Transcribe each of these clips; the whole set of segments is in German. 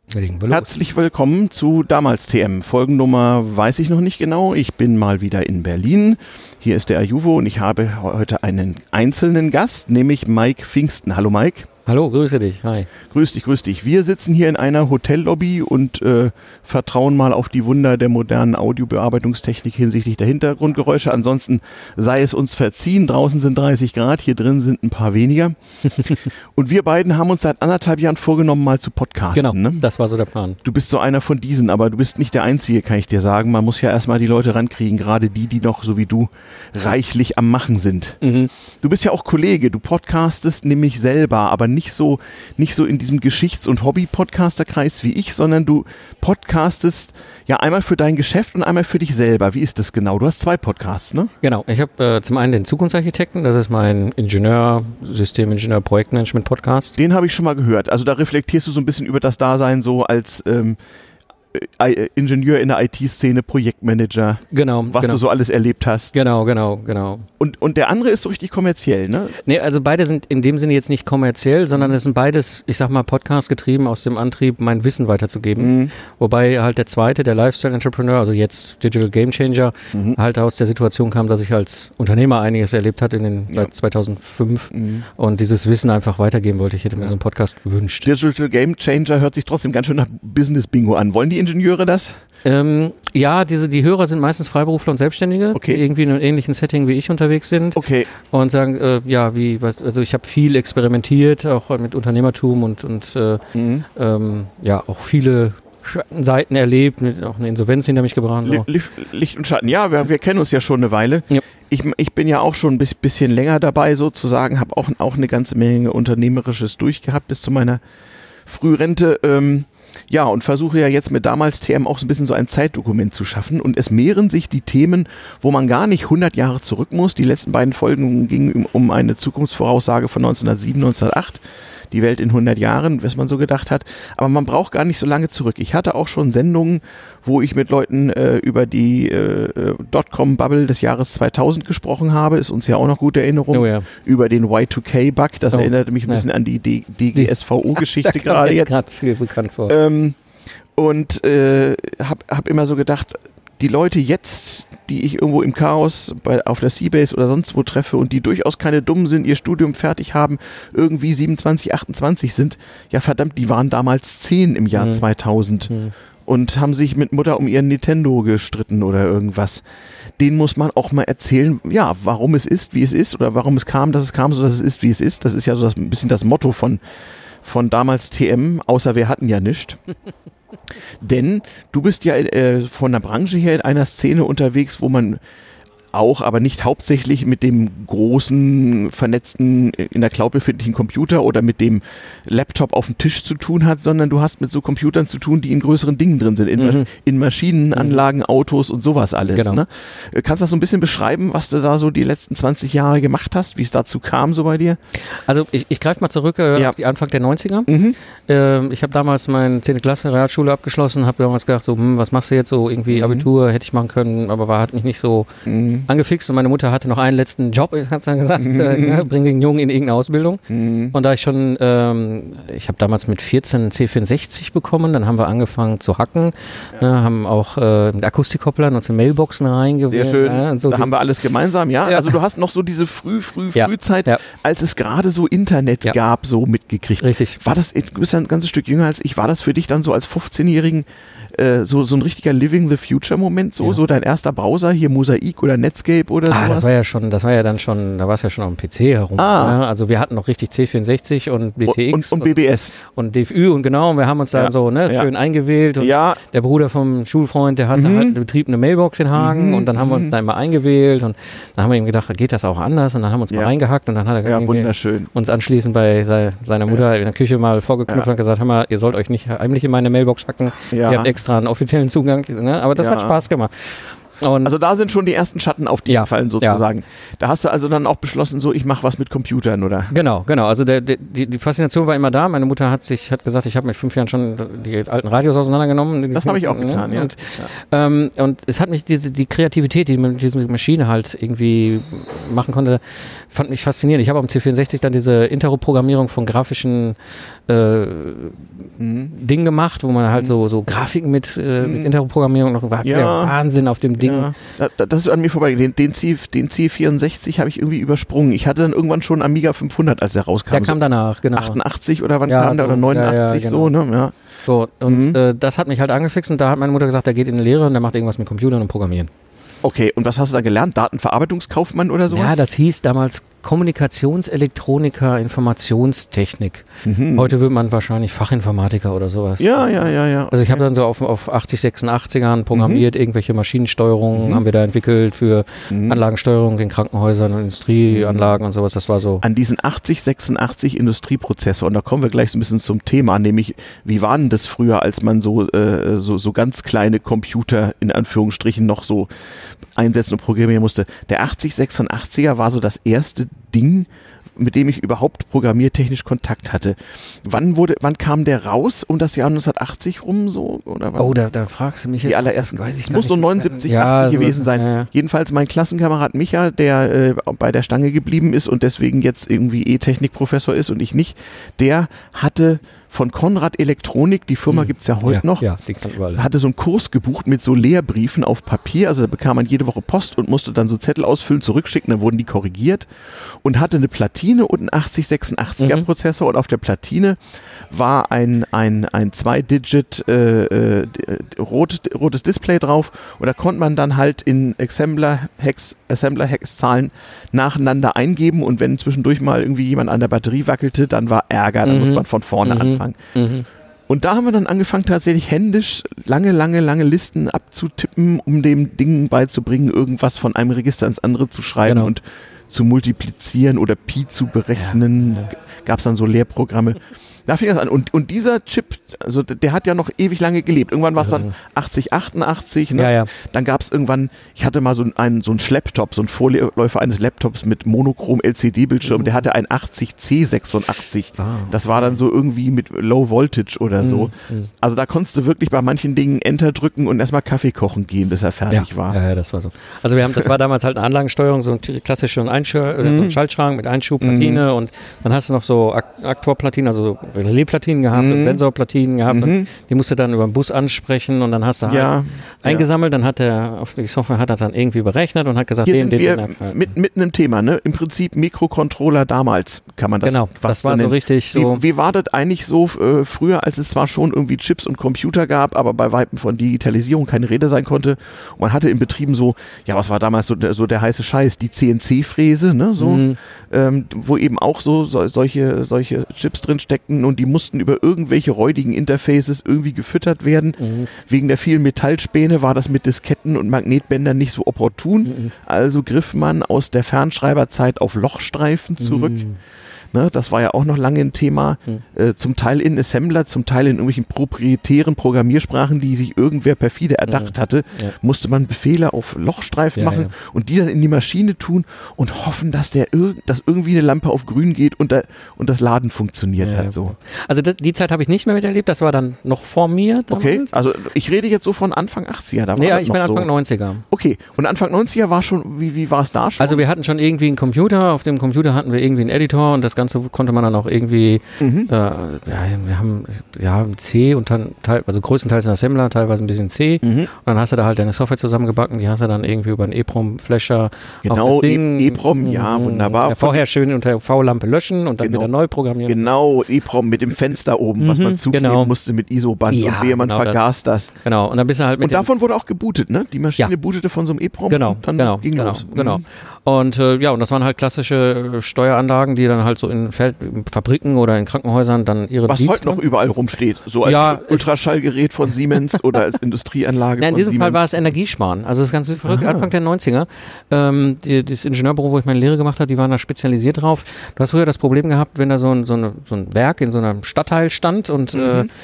Herzlich willkommen zu Damals TM. Folgennummer weiß ich noch nicht genau. Ich bin mal wieder in Berlin. Hier ist der Ajuvo und ich habe heute einen einzelnen Gast, nämlich Mike Pfingsten. Hallo Mike. Hallo, grüße dich. Hi. Grüß dich. Wir sitzen hier in einer Hotellobby und vertrauen mal auf die Wunder der modernen Audiobearbeitungstechnik hinsichtlich der Hintergrundgeräusche. Ansonsten sei es uns verziehen. Draußen sind 30 Grad, hier drin sind ein paar weniger. Und wir beiden haben uns seit 1,5 Jahren vorgenommen, mal zu podcasten. Genau, ne? Das war so der Plan. Du bist so einer von diesen, aber du bist nicht der Einzige, kann ich dir sagen. Man muss ja erstmal die Leute rankriegen, gerade die noch, so wie du, reichlich am Machen sind. Mhm. Du bist ja auch Kollege, du podcastest nämlich selber, aber nicht so in diesem Geschichts- und Hobby-Podcaster-Kreis wie ich, sondern du podcastest ja einmal für dein Geschäft und einmal für dich selber. Wie ist das genau? Du hast 2 Podcasts, ne? Genau, ich habe zum einen den Zukunftsarchitekten, das ist mein Systemingenieur, Projektmanagement-Podcast. Den habe ich schon mal gehört. Also da reflektierst du so ein bisschen über das Dasein so als Ingenieur in der IT-Szene, Projektmanager, was du so alles erlebt hast. Genau. Und der andere ist so richtig kommerziell, ne? Nee, also beide sind in dem Sinne jetzt nicht kommerziell, sondern es sind beides, ich sag mal, Podcast getrieben aus dem Antrieb, mein Wissen weiterzugeben. Mhm. Wobei halt der zweite, der Lifestyle-Entrepreneur, also jetzt Digital Game Changer, halt aus der Situation kam, dass ich als Unternehmer einiges erlebt hatte seit 2005 und dieses Wissen einfach weitergeben wollte. Ich hätte mir so einen Podcast gewünscht. Digital Game Changer hört sich trotzdem ganz schön nach Business-Bingo an. Wollen die Ingenieure das? Ja, die Hörer sind meistens Freiberufler und Selbstständige, die irgendwie in einem ähnlichen Setting wie ich unterwegs sind und sagen, also ich habe viel experimentiert, auch mit Unternehmertum und auch viele Schattenseiten erlebt, auch eine Insolvenz hinter mich gebracht. So. Licht und Schatten, ja, wir kennen uns ja schon eine Weile. Ja. Ich bin ja auch schon ein bisschen länger dabei sozusagen, habe auch eine ganze Menge Unternehmerisches durchgehabt bis zu meiner Frührente. Und versuche ja jetzt mit Damals TM auch so ein bisschen so ein Zeitdokument zu schaffen und es mehren sich die Themen, wo man gar nicht 100 Jahre zurück muss. Die letzten beiden Folgen gingen um eine Zukunftsvoraussage von 1907, 1908. Die Welt in 100 Jahren, was man so gedacht hat. Aber man braucht gar nicht so lange zurück. Ich hatte auch schon Sendungen, wo ich mit Leuten über die Dotcom-Bubble des Jahres 2000 gesprochen habe. Ist uns ja auch noch gute Erinnerung. Oh ja. Über den Y2K-Bug. Das erinnerte mich ein bisschen an die DGSVO-Geschichte gerade jetzt. Gerade viel bekannt vor. Hab immer so gedacht, die Leute jetzt, die ich irgendwo im Chaos auf der Seabase oder sonst wo treffe und die durchaus keine Dummen sind, ihr Studium fertig haben, irgendwie 27, 28 sind, ja verdammt, die waren damals 10 im Jahr 2000 und haben sich mit Mutter um ihren Nintendo gestritten oder irgendwas. Denen muss man auch mal erzählen, ja, warum es ist, wie es ist oder warum es kam, so dass es ist, wie es ist. Das ist ja so ein bisschen das Motto von Damals TM, außer wir hatten ja nichts. Denn du bist ja von der Branche her in einer Szene unterwegs, wo man auch, aber nicht hauptsächlich mit dem großen, vernetzten, in der Cloud befindlichen Computer oder mit dem Laptop auf dem Tisch zu tun hat, sondern du hast mit so Computern zu tun, die in größeren Dingen drin sind, in Maschinen, Anlagen, Autos und sowas alles. Genau. Ne? Kannst du das so ein bisschen beschreiben, was du da so die letzten 20 Jahre gemacht hast, wie es dazu kam so bei dir? Also ich greife mal zurück auf die Anfang der 90er. Ich habe damals meine 10. Klasse Realschule abgeschlossen, habe damals gedacht, so, was machst du jetzt so, irgendwie Abitur hätte ich machen können, aber hat mich nicht so angefixt und meine Mutter hatte noch einen letzten Job, hat sie dann gesagt, bring den Jungen in irgendeine Ausbildung. Und da ich schon, ich habe damals mit 14 einen C64 bekommen, dann haben wir angefangen zu hacken, haben auch mit Akustikkopplern uns in Mailboxen reingewählt. Sehr schön, so da haben wir alles gemeinsam, ja? Also du hast noch so diese Frühzeit, als es gerade so Internet gab, so mitgekriegt. Richtig. War das, du bist ja ein ganzes Stück jünger als ich, war das für dich dann so als 15-Jährigen so ein richtiger Living the Future Moment, so dein erster Browser, hier Mosaik oder Netscape oder sowas? Das war ja dann schon, da war es ja schon auf dem PC herum. Ja, also wir hatten noch richtig C64 und BTX und BBS. Und DFÜ und genau, und wir haben uns dann schön eingewählt und der Bruder vom Schulfreund, der hatte halt einen Betrieb, eine Mailbox in Hagen und dann haben wir uns da immer eingewählt und dann haben wir ihm gedacht, geht das auch anders und dann haben wir uns mal reingehackt und dann hat er wunderschön. Uns anschließend bei seiner Mutter in der Küche mal vorgeknüpft und gesagt, hör mal, ihr sollt euch nicht heimlich in meine Mailbox hacken, ihr habt extra einen offiziellen Zugang, ne? Aber das hat Spaß gemacht. Also da sind schon die ersten Schatten auf dich gefallen sozusagen. Ja. Da hast du also dann auch beschlossen, so ich mache was mit Computern, oder? Genau. Also die Faszination war immer da. Meine Mutter hat gesagt, ich habe mit 5 Jahren schon die alten Radios auseinandergenommen. Das habe ich auch getan, ja. Und es hat mich die Kreativität, die man mit dieser Maschine halt irgendwie machen konnte, fand mich faszinierend. Ich habe am C64 dann diese Interrupt-Programmierung von grafischen Dingen gemacht, wo man halt so Grafiken mit Interrupt-Programmierung noch war. Wahnsinn auf dem Ding. Ja, das ist an mir vorbei. Den C64 habe ich irgendwie übersprungen. Ich hatte dann irgendwann schon Amiga 500, als er rauskam. Der kam danach, genau. 88 oder wann kam der? Oder 89 genau. so, ne? Ja. So, und das hat mich halt angefixt und da hat meine Mutter gesagt, der geht in die Lehre und der macht irgendwas mit Computern und Programmieren. Okay, und was hast du da gelernt? Datenverarbeitungskaufmann oder sowas? Ja, das hieß damals Kommunikationselektroniker, Informationstechnik. Heute würde man wahrscheinlich Fachinformatiker oder sowas. Ja. Also ich habe dann so auf 8086ern programmiert, irgendwelche Maschinensteuerungen haben wir da entwickelt für Anlagensteuerung in Krankenhäusern und Industrieanlagen und sowas. Das war so. An diesen 8086 Industrieprozessor, und da kommen wir gleich so ein bisschen zum Thema, nämlich wie war denn das früher, als man so ganz kleine Computer in Anführungsstrichen noch so einsetzen und programmieren musste. Der 8086er war so das erste Ding, mit dem ich überhaupt programmiertechnisch Kontakt hatte. Wann kam der raus? Um das Jahr 1980 rum so? Oder wann? Oh, da fragst du mich jetzt. Die allerersten. Es muss so 79, 80 gewesen sein. Ja. Jedenfalls mein Klassenkamerad Micha, der bei der Stange geblieben ist und deswegen jetzt irgendwie E-Technik-Professor ist und ich nicht, der hatte von Konrad Elektronik, die Firma gibt es ja heute noch, die kannten wir alle. Hatte so einen Kurs gebucht mit so Lehrbriefen auf Papier, also da bekam man jede Woche Post und musste dann so Zettel ausfüllen, zurückschicken, dann wurden die korrigiert und hatte eine Platine und einen 8086er Prozessor und auf der Platine war ein 2-Digit rotes Display drauf und da konnte man dann halt in Assembler-Hex-Zahlen nacheinander eingeben und wenn zwischendurch mal irgendwie jemand an der Batterie wackelte, dann war Ärger, dann muss man von vorne anfangen. Und da haben wir dann angefangen, tatsächlich händisch lange Listen abzutippen, um dem Ding beizubringen, irgendwas von einem Register ins andere zu schreiben und zu multiplizieren oder Pi zu berechnen. Gab es dann so Lehrprogramme. Da fing das an. Und dieser Chip, also der hat ja noch ewig lange gelebt. Irgendwann war es dann 8088. Ne? Ja. Dann gab es irgendwann, ich hatte mal so einen Schlepptop, so einen Vorläufer eines Laptops mit monochrom LCD-Bildschirm. Der hatte ein 80C86. Das war dann so irgendwie mit Low Voltage oder so. Also da konntest du wirklich bei manchen Dingen Enter drücken und erstmal Kaffee kochen gehen, bis er fertig war. Ja, das war so. Also das war damals halt eine Anlagensteuerung, so ein klassischer so ein Schaltschrank mit Einschubplatine und dann hast du noch so Aktorplatinen, also Relaisplatinen gehabt und Sensorplatinen gehabt. Und die musst du dann über den Bus ansprechen und dann hast du halt eingesammelt. Dann hat die Software hat das dann irgendwie berechnet und hat gesagt, Hier sind wir mitten im Thema, ne? Im Prinzip Mikrocontroller damals kann man das das war so richtig so. Wie war das eigentlich so früher, als es zwar schon irgendwie Chips und Computer gab, aber bei Weitem von Digitalisierung keine Rede sein konnte. Und man hatte in Betrieben so, was war damals so der heiße Scheiß, die CNC-Fräse, ne? So, wo eben auch solche Chips drin steckten und die mussten über irgendwelche räudigen Interfaces irgendwie gefüttert werden. Wegen der vielen Metallspäne war das mit Disketten und Magnetbändern nicht so opportun. Also griff man aus der Fernschreiberzeit auf Lochstreifen zurück. Ne, das war ja auch noch lange ein Thema, zum Teil in Assembler, zum Teil in irgendwelchen proprietären Programmiersprachen, die sich irgendwer perfide erdacht hatte, musste man Befehle auf Lochstreifen machen und die dann in die Maschine tun und hoffen, dass irgendwie eine Lampe auf grün geht und das Laden funktioniert halt so. Also die Zeit habe ich nicht mehr miterlebt, das war dann noch vor mir damals. Okay, also ich rede jetzt so von Anfang 80er. Ich bin Anfang 90er. Okay, und Anfang 90er war schon, wie war es da schon? Also wir hatten schon irgendwie einen Computer, auf dem Computer hatten wir irgendwie einen Editor und das Ganze konnte man dann auch irgendwie, wir haben C und dann also größtenteils ein Assembler, teilweise ein bisschen C. Und dann hast du da halt deine Software zusammengebacken, die hast du dann irgendwie über einen EEPROM-Flasher auf das Ding. EEPROM, wunderbar. Vorher schön unter UV-Lampe löschen und dann wieder neu programmieren. Genau, EEPROM mit dem Fenster oben, was man zugeben musste mit ISO-Band und man vergaß das. Genau, und dann bist du halt mit davon wurde auch gebootet, ne? Die Maschine bootete von so einem EEPROM und dann ging los. Genau. Und und das waren halt klassische Steueranlagen, die dann halt so in Fabriken oder in Krankenhäusern dann ihre was heute noch überall rumsteht, so als Ultraschallgerät von Siemens oder als Industrieanlage von Siemens. In diesem Fall war es Energiesparen. Also das ist ganz verrückt, Anfang der 90er. Das Ingenieurbüro, wo ich meine Lehre gemacht habe, die waren da spezialisiert drauf. Du hast früher das Problem gehabt, wenn da so ein Werk in so einem Stadtteil stand und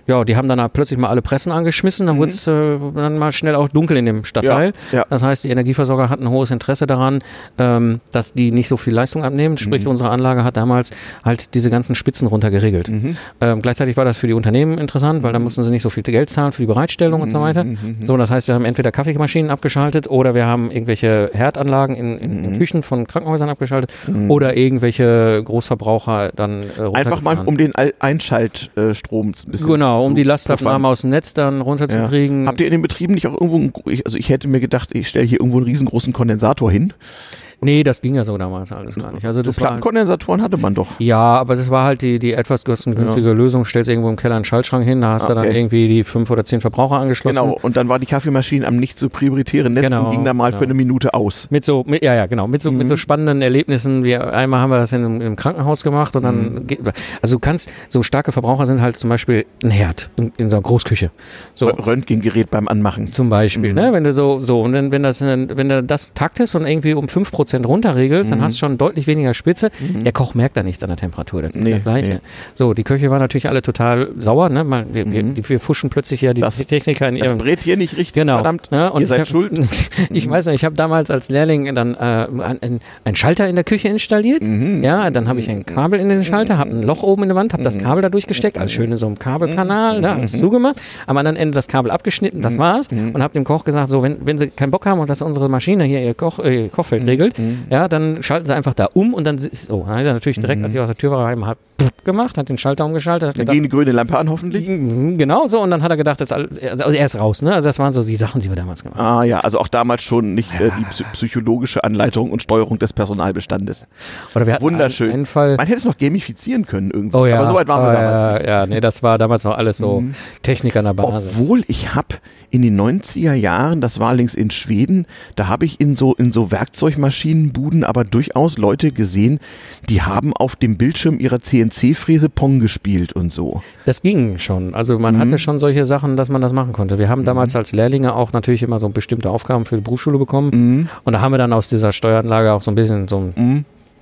Ja, die haben dann halt plötzlich mal alle Pressen angeschmissen, dann wurde es dann mal schnell auch dunkel in dem Stadtteil. Ja. Das heißt, die Energieversorger hatten ein hohes Interesse daran, dass die nicht so viel Leistung abnehmen. Sprich, unsere Anlage hat damals halt diese ganzen Spitzen runter geregelt. Gleichzeitig war das für die Unternehmen interessant, weil da mussten sie nicht so viel Geld zahlen für die Bereitstellung und so weiter. So, das heißt, wir haben entweder Kaffeemaschinen abgeschaltet oder wir haben irgendwelche Herdanlagen in Küchen von Krankenhäusern abgeschaltet oder irgendwelche Großverbraucher dann einfach mal um den Einschaltstrom ein bisschen um die Lastabnahme aus dem Netz dann runterzukriegen. Ja. Habt ihr in den Betrieben nicht auch irgendwo, ich hätte mir gedacht, ich stelle hier irgendwo einen riesengroßen Kondensator hin? Nee, das ging ja so damals alles gar nicht. Also das so Plattenkondensatoren hatte man doch. Ja, aber das war halt die etwas günstige Lösung. Stellst irgendwo im Keller einen Schaltschrank hin, da hast du dann irgendwie die 5 oder 10 Verbraucher angeschlossen. Genau, und dann war die Kaffeemaschine am nicht so prioritären Netz und ging da mal für eine Minute aus. Mit so spannenden Erlebnissen. Einmal haben wir das im Krankenhaus gemacht und dann, also du kannst, so starke Verbraucher sind halt zum Beispiel ein Herd in so einer Großküche. So. Röntgengerät beim Anmachen. Zum Beispiel, ne? Wenn du und wenn du das taktest und irgendwie um 5% runterregelst, dann hast du schon deutlich weniger Spitze. Der Koch merkt da nichts an der Temperatur, das ist das Gleiche. Nee. So, die Köche waren natürlich alle total sauer, ne? Wir fuschen plötzlich ja die Techniker in ihrem... Das brät hier nicht richtig, genau. Verdammt, ja, und ihr seid schuld. Ich weiß nicht, ich habe damals als Lehrling dann einen Schalter in der Küche installiert, ja, dann habe ich ein Kabel in den Schalter, habe ein Loch oben in der Wand, habe das Kabel da durchgesteckt, also schön in so einem Kabelkanal, ne, alles zugemacht, am anderen Ende das Kabel abgeschnitten, das war's, und habe dem Koch gesagt, so, wenn sie keinen Bock haben und dass unsere Maschine hier ihr Kochfeld regelt, ja, dann schalten sie einfach da um und dann ist so. Dann hat er natürlich direkt, als ich aus der Tür war, hat gemacht, hat den Schalter umgeschaltet. Dann ging die grüne Lampe an, hoffentlich. Genau so, und dann hat er gedacht, also er ist raus, ne? Also das waren so die Sachen, die wir damals gemacht haben. Ah ja, also auch damals schon nicht die psychologische Anleitung und Steuerung des Personalbestandes. Oder wir hatten wunderschön. Einen Fall, man hätte es noch gamifizieren können irgendwie, oh ja, aber so weit waren wir damals nicht. Ja, nee, das war damals noch alles so Technik an der Basis. Obwohl ich habe in den 90er Jahren, das war allerdings in Schweden, da habe ich in so Werkzeugmaschinenbuden aber durchaus Leute gesehen, die haben auf dem Bildschirm ihrer CNC-Fräse Pong gespielt und so. Das ging schon. Also man hatte schon solche Sachen, dass man das machen konnte. Wir haben damals als Lehrlinge auch natürlich immer so bestimmte Aufgaben für die Berufsschule bekommen. Und da haben wir dann aus dieser Steueranlage auch so ein bisschen so ein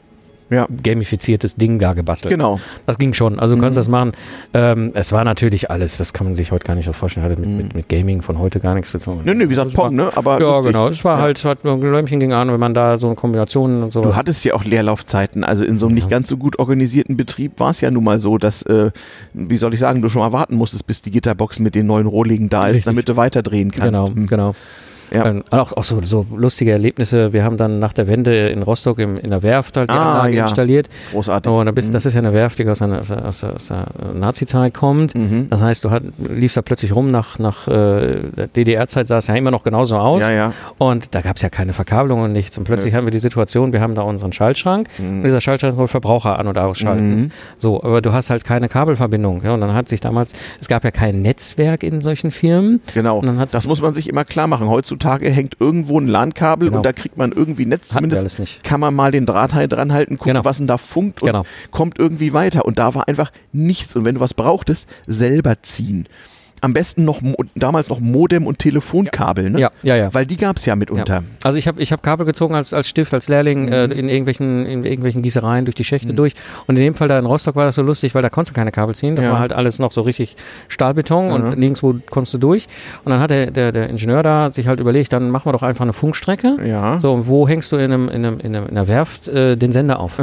gamifiziertes Ding da gebastelt. Genau. Das ging schon. Also du kannst das machen. Es war natürlich alles, das kann man sich heute gar nicht so vorstellen, hatte mit Gaming von heute gar nichts zu tun. Nee, wie gesagt, Pong, ne? Aber ja, lustig. Genau. Es war halt, ein Lämpchen ging an, wenn man da so Kombinationen und sowas. Du hattest ja auch Leerlaufzeiten. Also in so einem nicht ganz so gut organisierten Betrieb war es ja nun mal so, dass, wie soll ich sagen, du schon mal warten musstest, bis die Gitterbox mit den neuen Rohlegen da ist, damit du weiterdrehen kannst. Genau. Ja. Auch so lustige Erlebnisse. Wir haben dann nach der Wende in Rostock in der Werft halt die Anlage installiert. Großartig. Und das ist ja eine Werft, die aus der Nazi-Zeit kommt. Das heißt, du liefst da plötzlich rum nach der DDR-Zeit, sah es ja immer noch genauso aus. Ja. Und da gab es ja keine Verkabelung und nichts. Und plötzlich haben wir die Situation, wir haben da unseren Schaltschrank und dieser Schaltschrank soll Verbraucher an- oder ausschalten. So, aber du hast halt keine Kabelverbindung. Ja, und dann hat sich damals, es gab ja kein Netzwerk in solchen Firmen. Genau, das muss man sich immer klar machen. Heutzutage hängt irgendwo ein LAN-Kabel und da kriegt man irgendwie Netz. Zumindest kann man mal den Drahtteil dran halten, gucken, was denn da funkt und kommt irgendwie weiter. Und da war einfach nichts. Und wenn du was brauchtest, selber ziehen. Am besten damals noch Modem und Telefonkabel, ne? Ja. Weil die gab es ja mitunter. Ja. Also ich hab Kabel gezogen als Stift, als Lehrling in irgendwelchen Gießereien durch die Schächte durch. Und in dem Fall da in Rostock war das so lustig, weil da konntest du keine Kabel ziehen. Das war halt alles noch so richtig Stahlbeton und nirgendwo konntest du durch. Und dann hat der Ingenieur da sich halt überlegt, dann machen wir doch einfach eine Funkstrecke. Ja. So, und wo hängst du in einer Werft den Sender auf?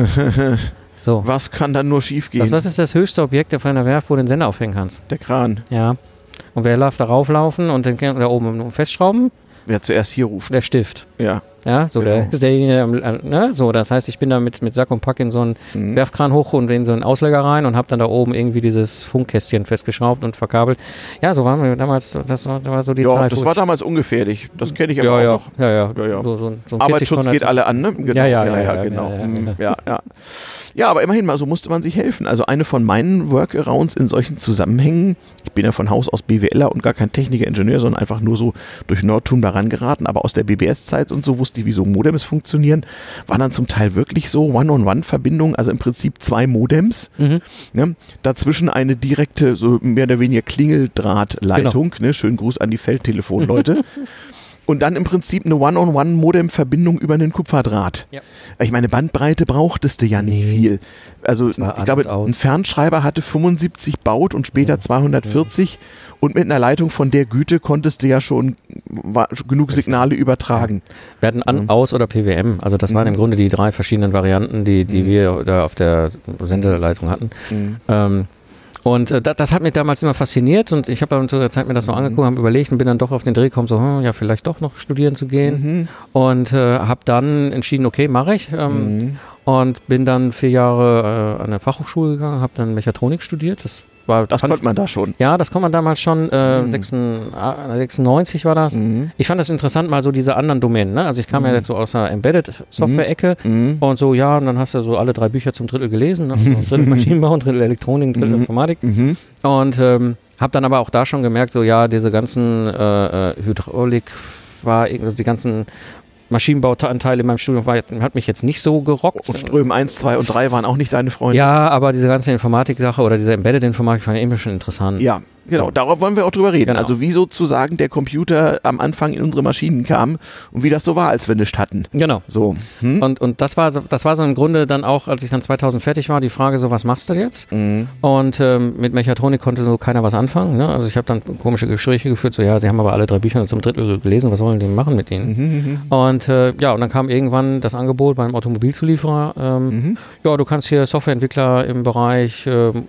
So. Was kann dann nur schief gehen? Was ist das höchste Objekt auf einer Werft, wo du den Sender aufhängen kannst? Der Kran. Ja. Und wer darf darauf laufen und den da oben festschrauben? Wer zuerst hier ruft. Der Stift. Ja, so genau. Der ist derjenige, ne? So, das heißt, ich bin da mit Sack und Pack in so einen Werfkran hoch und in so einen Ausleger rein und habe dann da oben irgendwie dieses Funkkästchen festgeschraubt und verkabelt. Ja, so waren wir damals, das war so die Zeit. Ja, das war damals ungefährlich. Das kenne ich aber auch noch. Ja. So ein Arbeitsschutz geht alle an, ne? Genau. Ja, genau. Ja, aber immerhin mal, so musste man sich helfen. Also eine von meinen Workarounds in solchen Zusammenhängen, ich bin ja von Haus aus BWLer und gar kein Techniker, Ingenieur, sondern einfach nur so durch Nerdtum daran geraten, aber aus der BBS-Zeit und so wusste ich, wie so Modems funktionieren, waren dann zum Teil wirklich so One-on-One-Verbindungen, also im Prinzip 2 Modems, ne? Dazwischen eine direkte, so mehr oder weniger Klingeldrahtleitung, ne? Schönen Gruß an die Feldtelefonleute. Und dann im Prinzip eine One-on-One-Modem-Verbindung über einen Kupferdraht. Ja. Ich meine, Bandbreite brauchtest du ja nicht viel. Also ich glaube, ein Fernschreiber hatte 75 Baud und später 240 und mit einer Leitung von der Güte konntest du ja schon genug Signale übertragen. Wir hatten Aus- oder PWM, also das waren im Grunde die 3 verschiedenen Varianten, die wir da auf der Sendeleitung hatten. Und das hat mich damals immer fasziniert und ich habe dann zu der Zeit mir das noch angeguckt, habe überlegt und bin dann doch auf den Dreh gekommen, so ja, vielleicht doch noch studieren zu gehen und habe dann entschieden, okay, mache ich und bin dann 4 Jahre an der Fachhochschule gegangen, habe dann Mechatronik studiert. Das konnte man da schon. Ja, das konnte man damals schon. 96 war das. Ich fand das interessant, mal so diese anderen Domänen. Ne? Also ich kam ja jetzt so aus der Embedded-Software-Ecke und so, ja, und dann hast du so alle 3 Bücher zum Drittel gelesen. Ne? So ein Drittel Maschinenbau, ein Drittel Elektronik, ein Drittel Informatik. Und habe dann aber auch da schon gemerkt, so ja, diese ganzen Hydraulik war, also die ganzen Maschinenbauanteile in meinem Studium hat mich jetzt nicht so gerockt. Und Strömen 1, 2 und 3 waren auch nicht deine Freunde. Ja, aber diese ganze Informatik-Sache oder diese Embedded-Informatik fand ich immer schon interessant. Ja, genau. Darauf wollen wir auch drüber reden. Genau. Also wie sozusagen der Computer am Anfang in unsere Maschinen kam und wie das so war, als wir nichts hatten. Genau. So. Und das war so im Grunde dann auch, als ich dann 2000 fertig war, die Frage so, was machst du jetzt? Und mit Mechatronik konnte so keiner was anfangen. Ne? Also ich habe dann komische Gespräche geführt, so ja, sie haben aber alle 3 Bücher zum Drittel gelesen, was sollen die machen mit denen? Und und dann kam irgendwann das Angebot beim Automobilzulieferer. Ja, du kannst hier Softwareentwickler im Bereich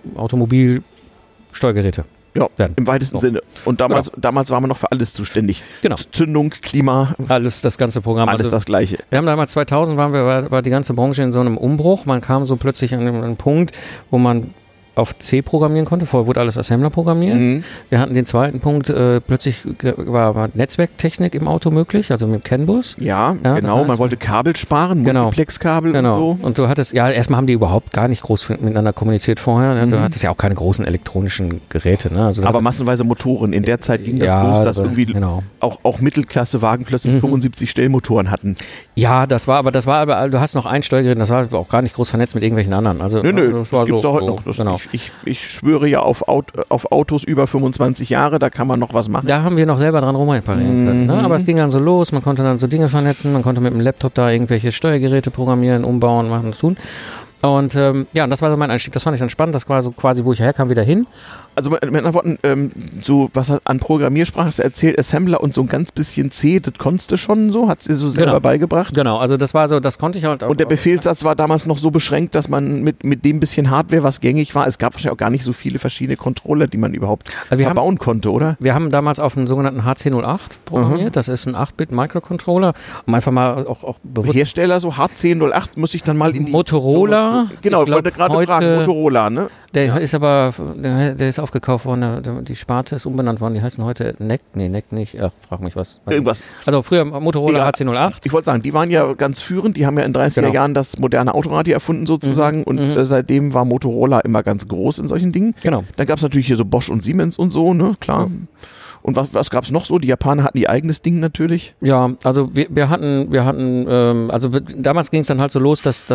Automobilsteuergeräte. Ja, im weitesten Sinne. Und damals waren wir noch für alles zuständig. Genau. Zündung, Klima. Alles, das ganze Programm. Alles das Gleiche. Wir haben damals 2000 war die ganze Branche in so einem Umbruch. Man kam so plötzlich an einen Punkt, wo man auf C programmieren konnte. Vorher wurde alles Assembler programmiert. Wir hatten den zweiten Punkt, plötzlich war Netzwerktechnik im Auto möglich, also mit CAN-Bus. Ja, genau. Das heißt, man wollte Kabel sparen, Multiplexkabel und so. Und du hattest, ja, erstmal haben die überhaupt gar nicht groß miteinander kommuniziert vorher. Ne? Du hattest ja auch keine großen elektronischen Geräte. Ne? Also aber massenweise Motoren. In der Zeit ging das los, dass irgendwie auch Mittelklasse-Wagen plötzlich 75 Stellmotoren hatten. Ja, das war aber, du hast noch ein Steuergerät, das war auch gar nicht groß vernetzt mit irgendwelchen anderen. Also, das gibt's auch heute noch. Genau. Ich schwöre ja auf Autos über 25 Jahre, da kann man noch was machen. Da haben wir noch selber dran rumreparieren können. Ne? Aber es ging dann so los, man konnte dann so Dinge vernetzen, man konnte mit dem Laptop da irgendwelche Steuergeräte programmieren, umbauen, machen und tun. Und und das war so mein Einstieg, das fand ich dann spannend, das war so quasi, wo ich herkam, wieder hin. Also mit anderen Worten, so was an Programmiersprache hast du erzählt, Assembler und so ein ganz bisschen C, das konntest du schon so, hat sie so selber beigebracht? Genau, also das war so, das konnte ich halt auch. Und der Befehlssatz war damals noch so beschränkt, dass man mit dem bisschen Hardware, was gängig war, es gab wahrscheinlich auch gar nicht so viele verschiedene Controller, die man überhaupt verbauen konnte, oder? Wir haben damals auf einen sogenannten HC08 programmiert, das ist ein 8-Bit-Microcontroller, um einfach mal auch bewusst... Hersteller, so HC08, muss ich dann mal in die... Motorola. Genau, ich wollte gerade fragen, Motorola, ne? Der ist aber, der ist aufgekauft worden, die Sparte ist umbenannt worden, die heißen heute NEC nicht, ach, frag mich was. Irgendwas. Also früher Motorola HC08. Ich wollte sagen, die waren ja ganz führend, die haben ja in 30er Jahren das moderne Autoradio erfunden sozusagen und seitdem war Motorola immer ganz groß in solchen Dingen. Genau. Dann gab es natürlich hier so Bosch und Siemens und so, ne, klar. Und was gab es noch so? Die Japaner hatten ihr eigenes Ding natürlich. Ja, also wir hatten, also damals ging es dann halt so los, dass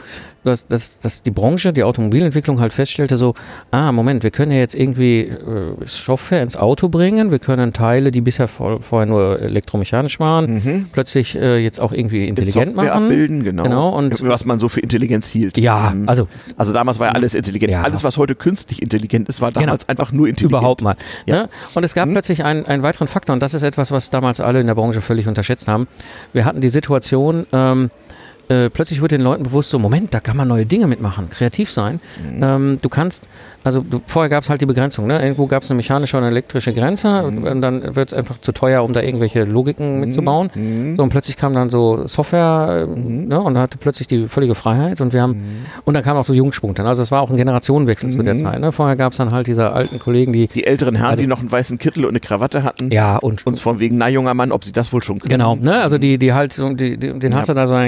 die Branche, die Automobilentwicklung halt feststellte so, Moment, wir können ja jetzt irgendwie Software ins Auto bringen, wir können Teile, die bisher vorher nur elektromechanisch waren, plötzlich jetzt auch irgendwie intelligent machen. Abbilden, genau. Und was man so für Intelligenz hielt. Ja, also damals war ja alles intelligent. Ja. Alles, was heute künstlich intelligent ist, war damals einfach nur intelligent. Überhaupt mal. Ja. Ne? Und es gab plötzlich einen weiteren Faktor, und das ist etwas, was damals alle in der Branche völlig unterschätzt haben. Wir hatten die Situation, plötzlich wurde den Leuten bewusst so, Moment, da kann man neue Dinge mitmachen, kreativ sein. Du kannst, vorher gab es halt die Begrenzung, ne? Irgendwo gab es eine mechanische oder eine elektrische Grenze und dann wird es einfach zu teuer, um da irgendwelche Logiken mitzubauen. So, und plötzlich kam dann so Software ne? Und hatte plötzlich die völlige Freiheit und wir haben, und dann kam auch so Jungspund dann. Also es war auch ein Generationenwechsel zu der Zeit. Ne? Vorher gab es dann halt diese alten Kollegen, die älteren Herren, die noch einen weißen Kittel und eine Krawatte hatten. Ja, und von wegen, na junger Mann, ob sie das wohl schon können. Genau, ne? Also die halt, den hast du da so deinen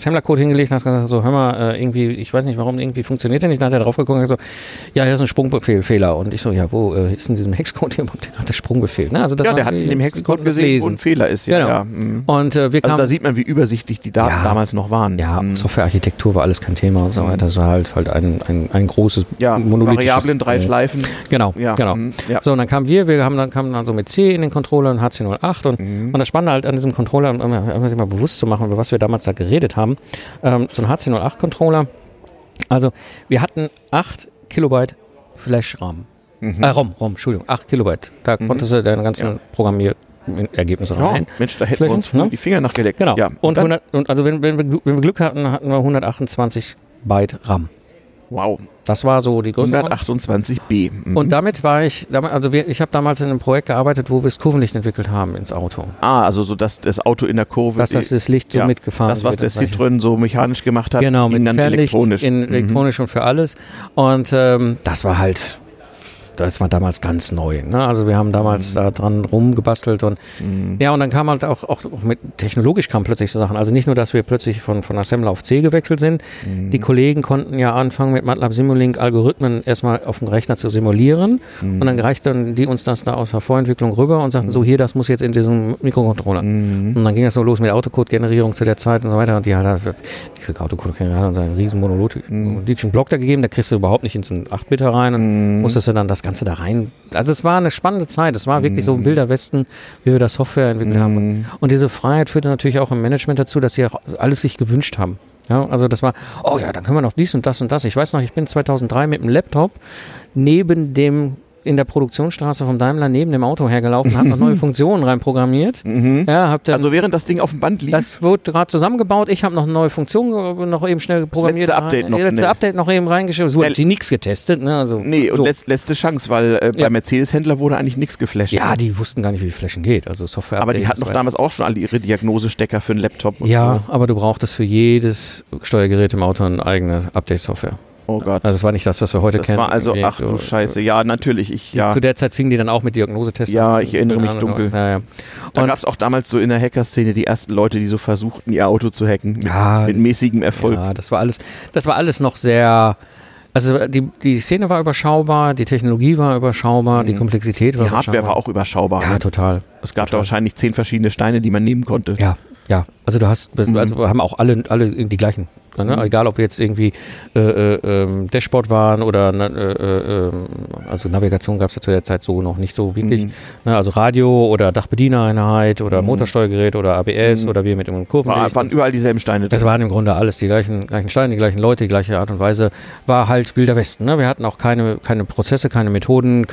Assembler-Code hingelegt und hast gesagt, so, hör mal, irgendwie, ich weiß nicht, warum irgendwie funktioniert der nicht. Dann hat er drauf geguckt und gesagt, so, ja, hier ist ein Sprungbefehl-Fehler. Und ich so, ja, wo ist in diesem Hexcode hier überhaupt gerade der Sprungbefehl? Ne? Also das der hat in dem Hexcode gesehen, wo ein Fehler ist. Ja, genau. Ja. Und wir kamen, also da sieht man, wie übersichtlich die Daten damals noch waren. Ja, Softwarearchitektur war alles kein Thema und so weiter. Das war halt ein großes monolithisches... Variablen, 3 Schleifen. Genau. Ja. So, und dann kamen kamen dann so mit C in den Controller und HC08 und das Spannende halt an diesem Controller, um sich mal bewusst zu machen, über was wir damals da geredet haben, so ein HC08-Controller, also wir hatten 8 Kilobyte Flash-RAM. ROM, Entschuldigung, 8 Kilobyte. Da konntest du deine ganzen Programmierergebnisse rein. Mensch, da hätten wir uns die Finger nachgeleckt. Genau. Ja. Und also wenn wir Glück hatten, hatten wir 128 Byte RAM. Wow. Das war so die Größe. 128B. Und damit ich habe damals in einem Projekt gearbeitet, wo wir das Kurvenlicht entwickelt haben ins Auto. Also so, dass das Auto in der Kurve... Dass das Licht so mitgefahren wird. Das, was der Citroën so mechanisch gemacht hat, genau, mit dann Fernlicht, elektronisch. Elektronisch und für alles. Und das war damals ganz neu. Ne? Also wir haben damals da dran rumgebastelt und und dann kam halt auch technologisch kamen plötzlich so Sachen. Also nicht nur, dass wir plötzlich von Assembler auf C gewechselt sind. Die Kollegen konnten ja anfangen mit MATLAB Simulink Algorithmen erstmal auf dem Rechner zu simulieren und dann reichten die uns das da aus der Vorentwicklung rüber und sagten so, hier, das muss jetzt in diesem Mikrocontroller. Und dann ging das so los mit Autocode-Generierung zu der Zeit und so weiter und die hat diese Autocode-Generierung hat uns einen riesen monolithischen Block da gegeben, da kriegst du überhaupt nicht in so einen 8-Bitter rein und musstest du dann das Ganze da rein. Also es war eine spannende Zeit. Es war wirklich so ein wilder Westen, wie wir da Software entwickelt haben. Und diese Freiheit führte natürlich auch im Management dazu, dass sie auch alles sich gewünscht haben. Ja, also das war, dann können wir noch dies und das und das. Ich weiß noch, ich bin 2003 mit dem Laptop in der Produktionsstraße vom Daimler neben dem Auto hergelaufen, habe noch neue Funktionen reinprogrammiert. Ja, also während das Ding auf dem Band lief? Das wurde gerade zusammengebaut. Ich habe noch eine neue Funktion noch eben schnell programmiert. Das letzte Update noch eben reingeschrieben. Es wurde nichts getestet. Ne? Also, und letzte Chance, weil bei Mercedes-Händler wurde eigentlich nichts geflasht. Ja, die wussten gar nicht, wie Flashen geht. Also Software. Aber die hatten doch damals auch schon alle ihre Diagnosestecker für einen Laptop. Und aber du brauchtest für jedes Steuergerät im Auto eine eigene Update-Software. Oh Gott. Also das war nicht das, was wir heute kennen. Das war also, ach du Scheiße, ja, natürlich. Zu der Zeit fingen die dann auch mit Diagnosetests an. Ja, ich erinnere mich dunkel. Ja. Da gab es auch damals so in der Hacker-Szene die ersten Leute, die so versuchten, ihr Auto zu hacken. Mit mäßigem Erfolg. Ja, das war alles noch sehr... Also die Szene war überschaubar, die Technologie war überschaubar, die Komplexität war überschaubar. Die Hardware war auch überschaubar. Ja, total. Es gab da wahrscheinlich 10 verschiedene Steine, die man nehmen konnte. Ja. Also wir haben auch alle die gleichen. Ne? Egal, ob wir jetzt irgendwie Dashboard waren oder also Navigation gab es ja zu der Zeit so noch nicht so wirklich. Ne? Also Radio oder Dachbedieneinheit oder Motorsteuergerät oder ABS oder wir mit dem Kurvenlicht. Waren überall dieselben Steine. Das waren im Grunde alles die gleichen Steine, die gleichen Leute, die gleiche Art und Weise. War halt Wilder Westen. Ne? Wir hatten auch keine Prozesse, keine Methoden,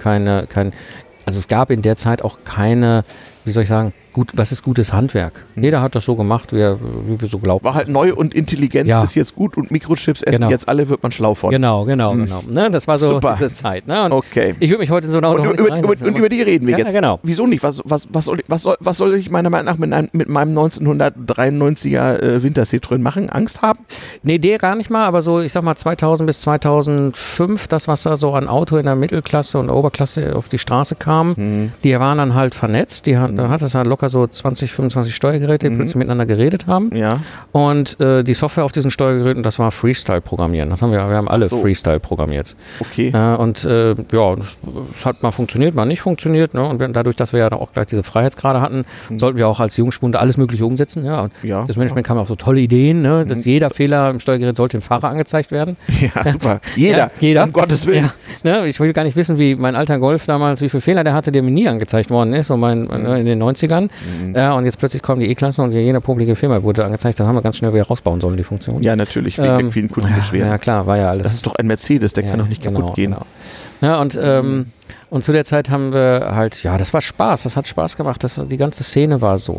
also es gab in der Zeit auch keine, wie soll ich sagen, was ist gutes Handwerk? Jeder hat das so gemacht, wie wir so glauben. War halt neu und Intelligenz ist jetzt gut und Mikrochips essen jetzt alle, wird man schlau von. Genau. Ne, das war so diese Zeit. Ne? Und okay. Ich würde mich heute in so ein Auto und über die reden wir jetzt. Genau. Wieso nicht? Was soll ich meiner Meinung nach mit meinem 1993er Winter-Citroën machen? Angst haben? Nee, der gar nicht mal, aber so, ich sag mal 2000 bis 2005, das, was da so an Auto in der Mittelklasse und Oberklasse auf die Straße kam, die waren dann halt vernetzt. Da hat es halt locker so 20, 25 Steuergeräte, die plötzlich miteinander geredet haben. Ja. Und die Software auf diesen Steuergeräten, das war Freestyle-Programmieren. Wir haben alle Freestyle programmiert. Okay. Das hat mal funktioniert, mal nicht funktioniert. Ne? Und dadurch, dass wir ja auch gleich diese Freiheitsgrade hatten, sollten wir auch als Jungspunde alles Mögliche umsetzen. Ja? Und das Management kam auf so tolle Ideen, ne? Dass jeder Fehler im Steuergerät sollte dem Fahrer angezeigt werden. Ja, super. Jeder. Um Gottes Willen. Ja, ne? Ich will gar nicht wissen, wie mein alter Golf damals, wie viele Fehler der hatte, der mir nie angezeigt worden ist, in den 90ern. Ja, und jetzt plötzlich kommen die E-Klasse und jeder publike Fehler wurde angezeigt, dann haben wir ganz schnell wieder rausbauen sollen, die Funktion. Ja, natürlich, wegen vielen Kundenbeschwerden. Ja, klar, war ja alles. Das ist doch ein Mercedes, der kann doch nicht kaputt gehen. Genau. Ja, und zu der Zeit haben wir halt, das war Spaß, das hat Spaß gemacht, die ganze Szene war so.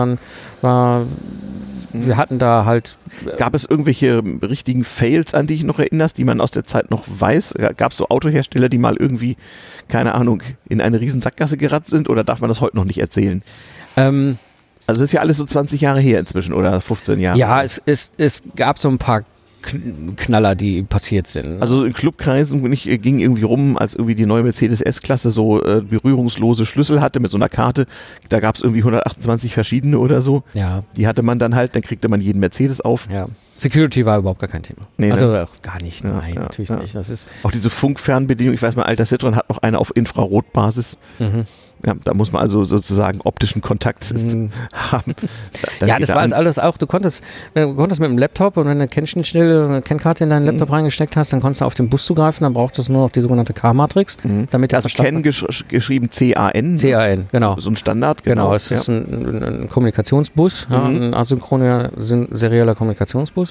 Wir hatten da halt... Gab es irgendwelche richtigen Fails, an die ich noch erinnerst, die man aus der Zeit noch weiß? Gab es so Autohersteller, die mal irgendwie, keine Ahnung, in eine riesen Sackgasse gerannt sind, oder darf man das heute noch nicht erzählen? Also das ist ja alles so 20 Jahre her inzwischen oder 15 Jahre. Ja, es gab so ein paar Knaller, die passiert sind. Also in Clubkreisen ging irgendwie rum, als irgendwie die neue Mercedes S-Klasse so berührungslose Schlüssel hatte mit so einer Karte. Da gab es irgendwie 128 verschiedene oder so. Ja. Die hatte man dann halt, dann kriegte man jeden Mercedes auf. Ja. Security war überhaupt gar kein Thema. Nee, also ne? gar nicht, nein, natürlich nicht. Das ist auch diese Funkfernbedienung, ich weiß, mein alter Citroën hat noch eine auf Infrarotbasis. Ja, da muss man also sozusagen optischen Kontakt haben. Das war alles auch, du konntest mit dem Laptop und wenn du eine Kennkarte in deinen Laptop reingesteckt hast, dann konntest du auf den Bus zugreifen, dann brauchst du nur noch die sogenannte K-Matrix. Damit also Ken geschrieben C-A-N. C-A-N, genau. So ein Standard, genau. Es ist ein Kommunikationsbus, ein asynchroner, serieller Kommunikationsbus.